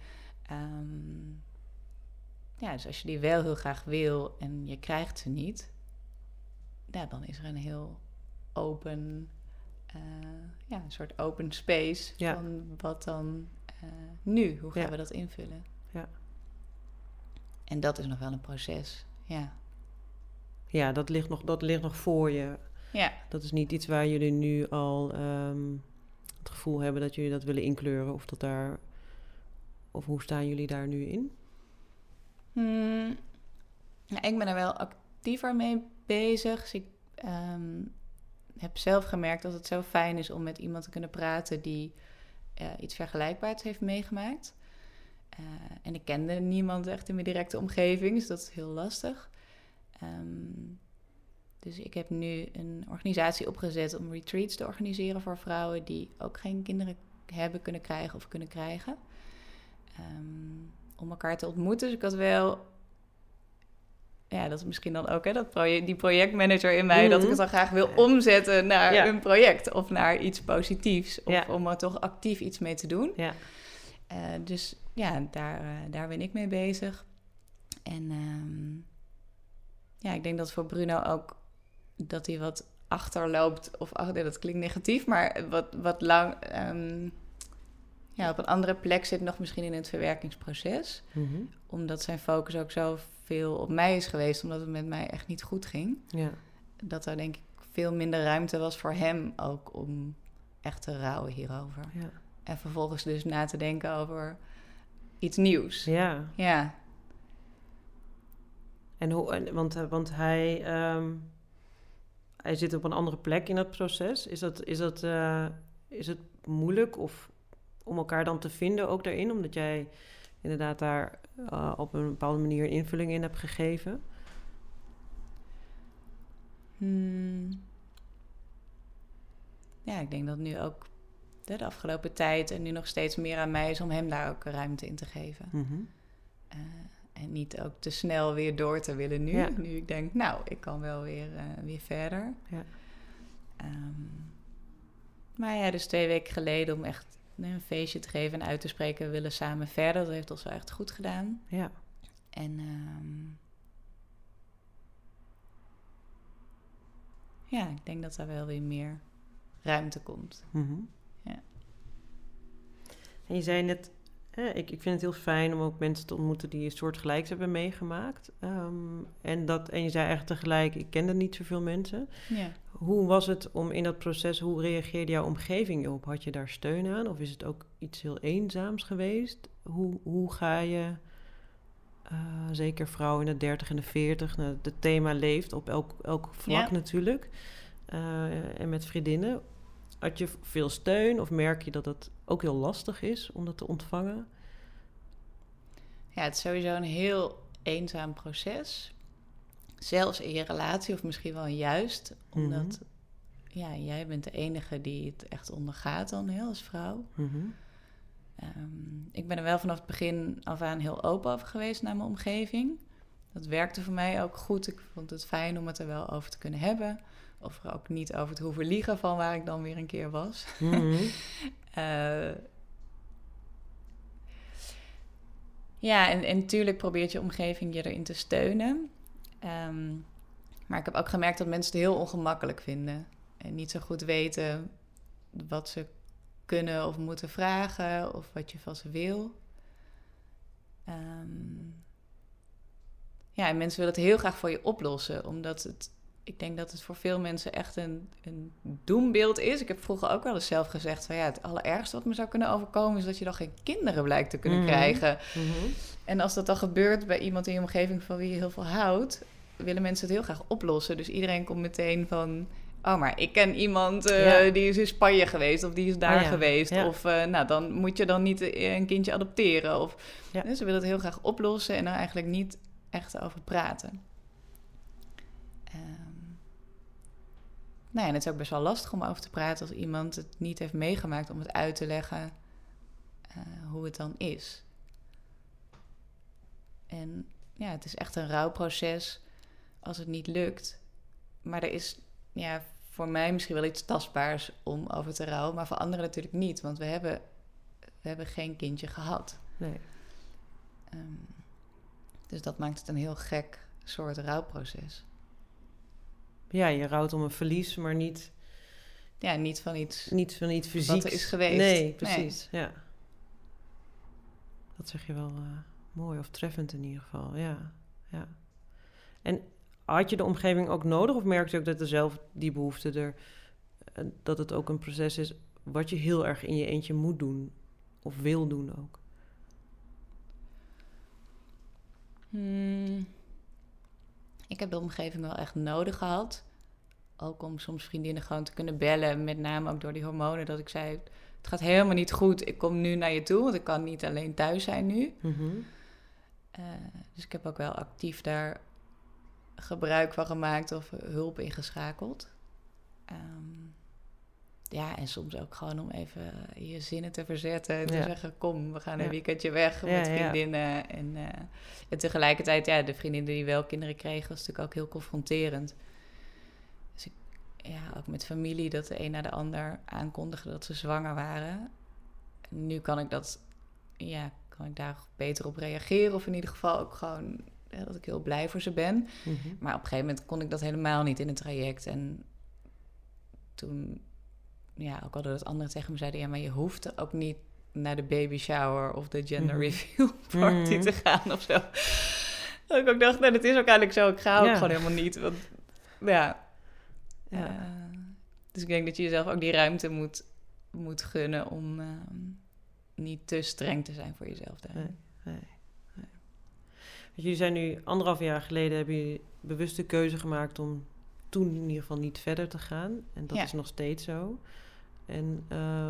Dus als je die wel heel graag wil en je krijgt ze niet, dan is er een heel open, een soort open space van wat dan nu, hoe gaan we dat invullen? Ja. En dat is nog wel een proces, Ja, dat ligt nog voor je. Ja. Dat is niet iets waar jullie nu al het gevoel hebben dat jullie dat willen inkleuren of hoe staan jullie daar nu in? Ik ben er wel actiever mee bezig. Dus ik heb zelf gemerkt dat het zo fijn is om met iemand te kunnen praten die iets vergelijkbaars heeft meegemaakt. En ik kende niemand echt in mijn directe omgeving, dus dat is heel lastig. Dus ik heb nu een organisatie opgezet om retreats te organiseren voor vrouwen die ook geen kinderen hebben kunnen krijgen of kunnen krijgen. om elkaar te ontmoeten. Dus ik had wel... Ja, dat is misschien dan ook die projectmanager in mij... dat ik het dan graag wil omzetten naar een project... of naar iets positiefs. Of om er toch actief iets mee te doen. Ja. Dus ja, daar ben ik mee bezig. En ik denk dat voor Bruno ook... dat hij wat achterloopt... of dat klinkt negatief... maar wat lang... op een andere plek zit nog misschien in het verwerkingsproces. Mm-hmm. Omdat zijn focus ook zo veel op mij is geweest... omdat het met mij echt niet goed ging. Ja. Dat er denk ik veel minder ruimte was voor hem ook... om echt te rouwen hierover. Ja. En vervolgens dus na te denken over iets nieuws. Ja. Ja. En hoe, want hij zit op een andere plek in dat proces. Is het moeilijk om elkaar dan te vinden ook daarin? Omdat jij inderdaad daar op een bepaalde manier een invulling in hebt gegeven? Ja, ik denk dat nu ook de afgelopen tijd... en nu nog steeds meer aan mij is om hem daar ook ruimte in te geven. Mm-hmm. En niet ook te snel weer door te willen nu. Ja. Nu ik denk, ik kan wel weer verder. Ja. Maar ja, dus 2 weken geleden om echt een feestje te geven en uit te spreken... we willen samen verder. Dat heeft ons wel echt goed gedaan. Ja. En ik denk dat daar wel weer meer ruimte komt. Mm-hmm. Ja. En je zei net... ik vind het heel fijn om ook mensen te ontmoeten die een soort gelijks hebben meegemaakt. En je zei echt tegelijk, ik kende niet zoveel mensen. Ja. Hoe was het om in dat proces, hoe reageerde jouw omgeving op? Had je daar steun aan? Of is het ook iets heel eenzaams geweest? Hoe ga je, zeker vrouw in de 30 en de 40, het thema leeft op elk vlak natuurlijk. En met vriendinnen. Had je veel steun of merk je dat het ook heel lastig is om dat te ontvangen? Ja, het is sowieso een heel eenzaam proces. Zelfs in je relatie, of misschien wel juist. Omdat jij bent de enige die het echt ondergaat dan heel als vrouw. Mm-hmm. Ik ben er wel vanaf het begin af aan heel open over geweest naar mijn omgeving. Dat werkte voor mij ook goed. Ik vond het fijn om het er wel over te kunnen hebben. Of er ook niet over te hoeven liegen van waar ik dan weer een keer was. Mm-hmm. En natuurlijk probeert je omgeving je erin te steunen. Maar ik heb ook gemerkt dat mensen het heel ongemakkelijk vinden. En niet zo goed weten wat ze kunnen of moeten vragen. Of wat je van ze wil. En mensen willen het heel graag voor je oplossen. Omdat ik denk dat het voor veel mensen echt een doembeeld is. Ik heb vroeger ook wel eens zelf gezegd... van het allerergste wat me zou kunnen overkomen... is dat je dan geen kinderen blijkt te kunnen krijgen. Mm-hmm. En als dat dan gebeurt bij iemand in je omgeving... van wie je heel veel houdt... willen mensen het heel graag oplossen. Dus iedereen komt meteen van... maar ik ken iemand die is in Spanje geweest... of die is daar geweest. Ja. Of dan moet je dan niet een kindje adopteren. Dus ze willen het heel graag oplossen... en er eigenlijk niet echt over praten. En het is ook best wel lastig om over te praten... als iemand het niet heeft meegemaakt... om het uit te leggen hoe het dan is. En het is echt een rouwproces als het niet lukt. Maar er is voor mij misschien wel iets tastbaars om over te rouwen... maar voor anderen natuurlijk niet, want we hebben geen kindje gehad. Nee. Dus dat maakt het een heel gek soort rouwproces. Ja, je rouwt om een verlies, maar niet... Ja, niet van iets... Niet van iets fysieks. Wat er is geweest. Nee, precies. Nee. Ja. Dat zeg je wel mooi of treffend in ieder geval. Ja. En had je de omgeving ook nodig? Of merkte je ook dat er zelf die behoefte dat het ook een proces is... wat je heel erg in je eentje moet doen? Of wil doen ook? Ik heb de omgeving wel echt nodig gehad. Ook om soms vriendinnen gewoon te kunnen bellen. Met name ook door die hormonen. Dat ik zei, het gaat helemaal niet goed. Ik kom nu naar je toe. Want ik kan niet alleen thuis zijn nu. Mm-hmm. Dus ik heb ook wel actief daar gebruik van gemaakt. Of hulp ingeschakeld. Ja, en soms ook gewoon om even je zinnen te verzetten. En te Ja. zeggen, kom, we gaan een Ja. weekendje weg met vriendinnen. En tegelijkertijd, de vriendinnen die wel kinderen kregen, was natuurlijk ook heel confronterend. Dus ook met familie, dat de een na de ander aankondigde dat ze zwanger waren. En nu kan ik daar beter op reageren. Of in ieder geval ook gewoon dat ik heel blij voor ze ben. Mm-hmm. Maar op een gegeven moment kon ik dat helemaal niet in het traject. En toen, ook al dat anderen tegen me zeiden... ja, maar je hoeft ook niet naar de baby shower of de gender reveal party te gaan of zo. Dat ik ook dacht, dat is ook eigenlijk zo. Ik ga ook gewoon helemaal niet. Want, dus ik denk dat je jezelf ook die ruimte moet gunnen... om niet te streng te zijn voor jezelf. Nee. Jullie zijn nu 1,5 jaar geleden... hebben jullie bewust de keuze gemaakt om toen in ieder geval niet verder te gaan. En dat is nog steeds zo. En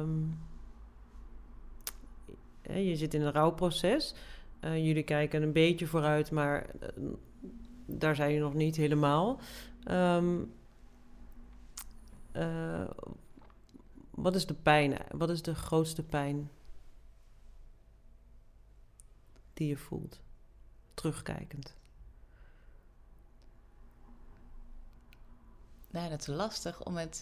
je zit in een rouwproces. Jullie kijken een beetje vooruit, maar daar zijn jullie nog niet helemaal. Wat is de pijn? Wat is de grootste pijn die je voelt? Terugkijkend. Nou, dat is lastig om het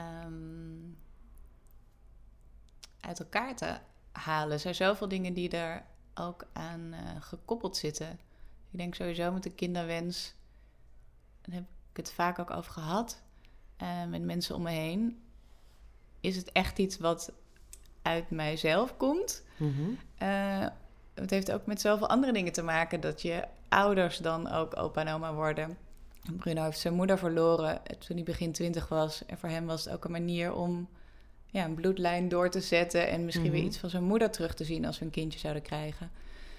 uit elkaar te halen. Er zijn zoveel dingen die er ook aan gekoppeld zitten. Ik denk sowieso met de kinderwens... daar heb ik het vaak ook over gehad... met mensen om me heen... is het echt iets wat uit mijzelf komt. Mm-hmm. Het heeft ook met zoveel andere dingen te maken... dat je ouders dan ook opa en oma worden. Bruno heeft zijn moeder verloren toen hij begin 20 was. En voor hem was het ook een manier om een bloedlijn door te zetten... en misschien weer iets van zijn moeder terug te zien... als we een kindje zouden krijgen.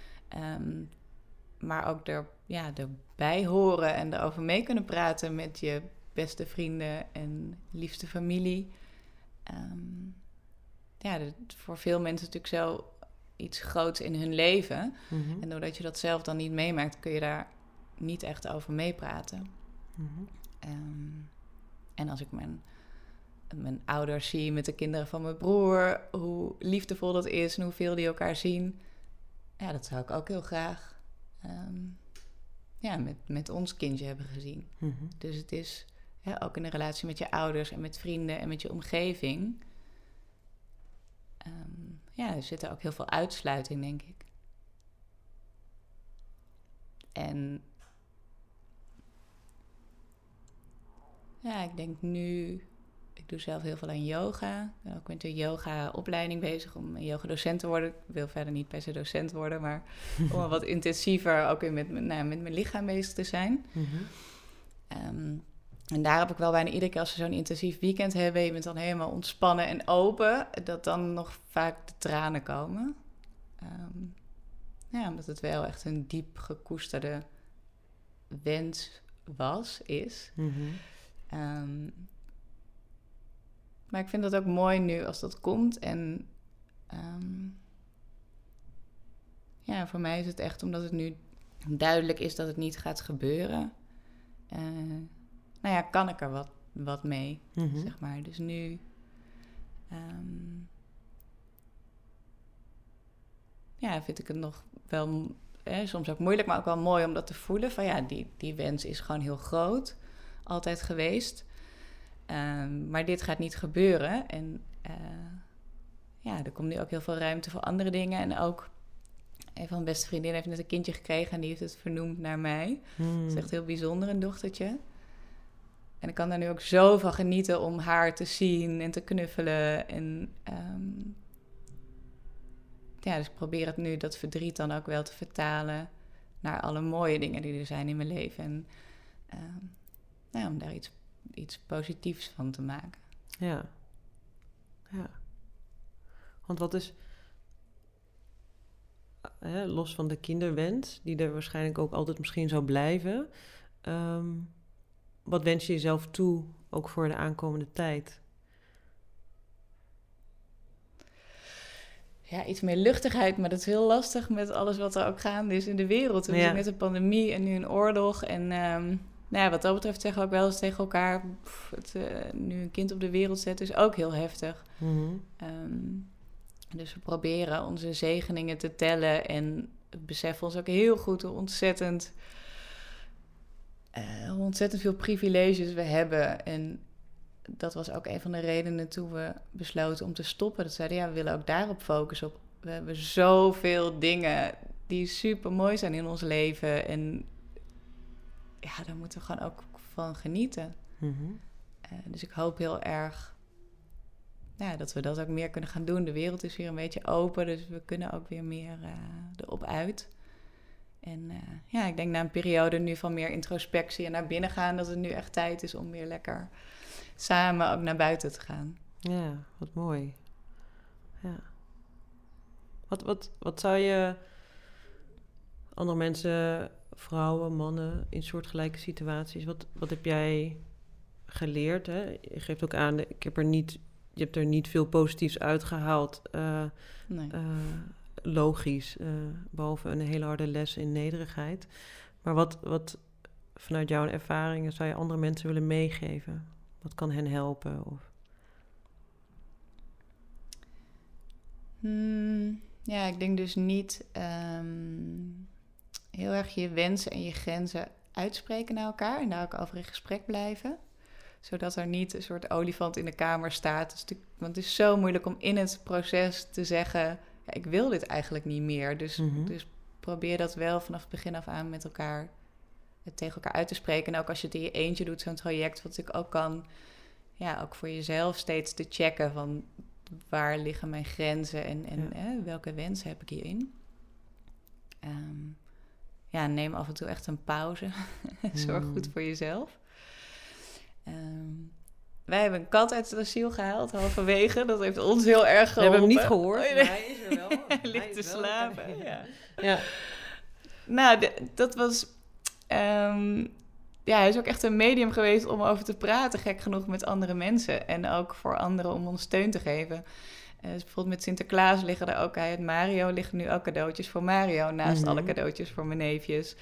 Maar ook erbij horen en erover mee kunnen praten... met je beste vrienden en liefste familie... voor veel mensen natuurlijk zo iets groots in hun leven. Mm-hmm. En doordat je dat zelf dan niet meemaakt... kun je daar niet echt over meepraten. Mm-hmm. En als ik mijn ouders zie met de kinderen van mijn broer... hoe liefdevol dat is en hoeveel die elkaar zien... dat zou ik ook heel graag met ons kindje hebben gezien. Mm-hmm. Dus het is ook in de relatie met je ouders en met vrienden en met je omgeving... er zit er ook heel veel uitsluiting, denk ik. En ik denk nu... Ik doe zelf heel veel aan yoga. Ik ben ook met een yoga-opleiding bezig om een yogadocent te worden. Ik wil verder niet per se docent worden, maar om wat intensiever ook met mijn lichaam bezig te zijn. Mm-hmm. En daar heb ik wel bijna iedere keer als we zo'n intensief weekend hebben... je bent dan helemaal ontspannen en open... dat dan nog vaak de tranen komen. Omdat het wel echt een diep gekoesterde wens is. Mm-hmm. Maar ik vind dat ook mooi nu als dat komt. En voor mij is het echt omdat het nu duidelijk is dat het niet gaat gebeuren... kan ik er wat mee, zeg maar. Dus nu... vind ik het nog wel... soms ook moeilijk, maar ook wel mooi om dat te voelen. Van die wens is gewoon heel groot. Altijd geweest. Maar dit gaat niet gebeuren. En er komt nu ook heel veel ruimte voor andere dingen. En ook... een van mijn beste vriendinnen heeft net een kindje gekregen... en die heeft het vernoemd naar mij. Dat is echt heel bijzonder, een dochtertje. En ik kan daar nu ook zo van genieten om haar te zien en te knuffelen. En dus ik probeer het nu, dat verdriet dan ook wel te vertalen... naar alle mooie dingen die er zijn in mijn leven. En om daar iets positiefs van te maken. Ja. Want wat is... los van de kinderwens... die er waarschijnlijk ook altijd misschien zou blijven... wat wens je jezelf toe, ook voor de aankomende tijd? Ja, iets meer luchtigheid, maar dat is heel lastig met alles wat er ook gaande is in de wereld. We zitten met een pandemie en nu een oorlog. En Nou ja, wat dat betreft zeggen we ook wel eens tegen elkaar... nu een kind op de wereld zetten is ook heel heftig. Mm-hmm. Dus we proberen onze zegeningen te tellen... en beseffen ons ook heel goed hoe ontzettend veel privileges we hebben. En dat was ook een van de redenen toen we besloten om te stoppen. Dat zeiden, we willen ook daarop focussen. We hebben zoveel dingen die super mooi zijn in ons leven. En ja, daar moeten we gewoon ook van genieten. Mm-hmm. Dus ik hoop heel erg dat we dat ook meer kunnen gaan doen. De wereld is weer een beetje open, dus we kunnen ook weer meer erop uit. En ik denk na een periode nu van meer introspectie en naar binnen gaan... dat het nu echt tijd is om weer lekker samen ook naar buiten te gaan. Ja, wat mooi. Ja. Wat zou je andere mensen, vrouwen, mannen... in soortgelijke situaties... Wat heb jij geleerd? Hè? Je geeft ook aan, je hebt er niet veel positiefs uitgehaald. Nee. Logisch, behalve een hele harde les in nederigheid. Maar wat vanuit jouw ervaringen zou je andere mensen willen meegeven? Wat kan hen helpen? Of? Ik denk dus niet heel erg je wensen en je grenzen uitspreken naar elkaar... en daar ook over in gesprek blijven... zodat er niet een soort olifant in de kamer staat. Want het is zo moeilijk om in het proces te zeggen... ik wil dit eigenlijk niet meer. Dus probeer dat wel vanaf het begin af aan met elkaar... tegen elkaar uit te spreken. En ook als je het in je eentje doet, zo'n traject... wat natuurlijk ook kan... ook voor jezelf steeds te checken... van waar liggen mijn grenzen... en welke wensen heb ik hierin. Neem af en toe echt een pauze. Zorg goed voor jezelf. Wij hebben een kat uit het asiel gehaald, halverwege. Dat heeft ons heel erg geholpen. We hebben hem niet gehoord, maar hij is er wel. Hij ligt te slapen. Ja. Nou, dat was... hij is ook echt een medium geweest om over te praten, gek genoeg, met andere mensen. En ook voor anderen om ons steun te geven. Dus bijvoorbeeld met Sinterklaas liggen er ook... Hij en Mario liggen nu ook cadeautjes voor Mario... naast alle cadeautjes voor mijn neefjes.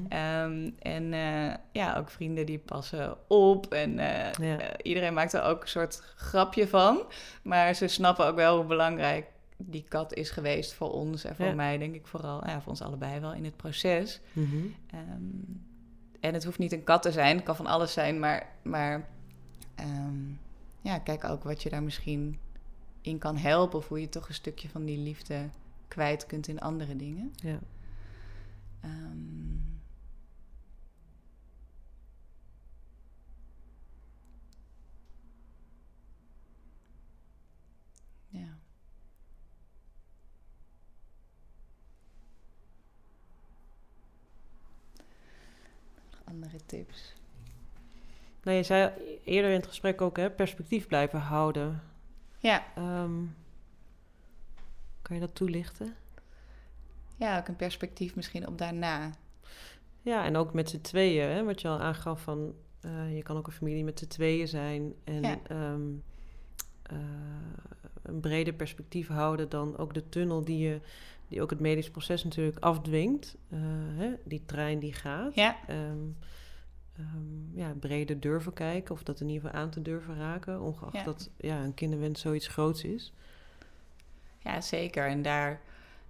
Ook vrienden die passen op. En iedereen maakt er ook een soort grapje van. Maar ze snappen ook wel hoe belangrijk die kat is geweest voor ons. En voor mij denk ik vooral, voor ons allebei wel in het proces. En het hoeft niet een kat te zijn, het kan van alles zijn. Maar kijk ook wat je daar misschien... in kan helpen... of hoe je toch een stukje van die liefde kwijt kunt in andere dingen. Ja. Andere tips? Nou, je zei eerder in het gesprek ook, perspectief blijven houden. Ja. Kan je dat toelichten? Ja, ook een perspectief misschien op daarna. Ja, en ook met z'n tweeën, wat je al aangaf van... je kan ook een familie met z'n tweeën zijn. En een breder perspectief houden dan ook de tunnel die ook het medisch proces natuurlijk afdwingt. Die trein die gaat. Ja. Breder durven kijken of dat in ieder geval aan te durven raken, ongeacht dat een kinderwens zoiets groots is. Ja, zeker. En daar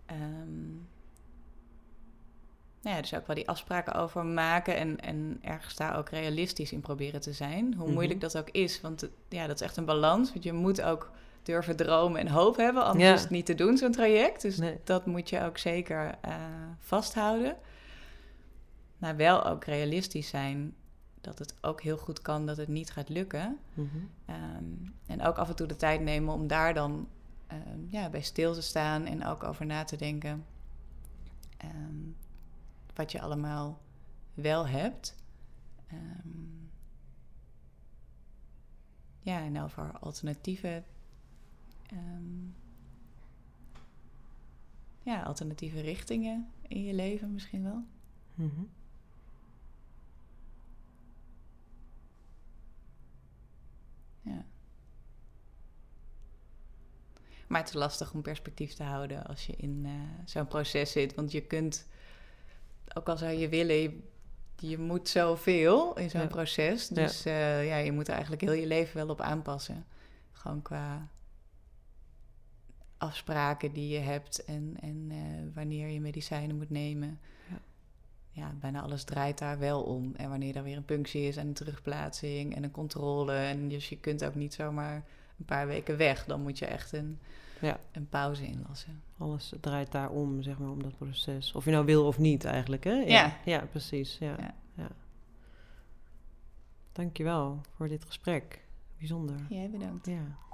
dus ook wel die afspraken over maken en ergens daar ook realistisch in proberen te zijn. Hoe moeilijk dat ook is, want dat is echt een balans. Want je moet ook durven dromen en hoop hebben, anders is het niet te doen, zo'n traject. Dus dat moet je ook zeker vasthouden. Maar wel ook realistisch zijn dat het ook heel goed kan dat het niet gaat lukken. En ook af en toe de tijd nemen om daar dan bij stil te staan en ook over na te denken wat je allemaal wel hebt. En over alternatieve alternatieve richtingen in je leven misschien wel. Ja. Maar het is lastig om perspectief te houden als je in zo'n proces zit. Want je kunt, ook al zou je willen, je moet zoveel in zo'n Ja. proces. Dus je moet er eigenlijk heel je leven wel op aanpassen. Gewoon qua afspraken die je hebt en wanneer je medicijnen moet nemen. Ja, bijna alles draait daar wel om. En wanneer er weer een punctie is en een terugplaatsing en een controle. En dus je kunt ook niet zomaar een paar weken weg. Dan moet je echt een pauze inlassen. Alles draait daar om, zeg maar, om dat proces. Of je nou wil of niet eigenlijk, hè? Ja, precies. Ja. Dankjewel voor dit gesprek. Bijzonder. Jij bedankt. Ja.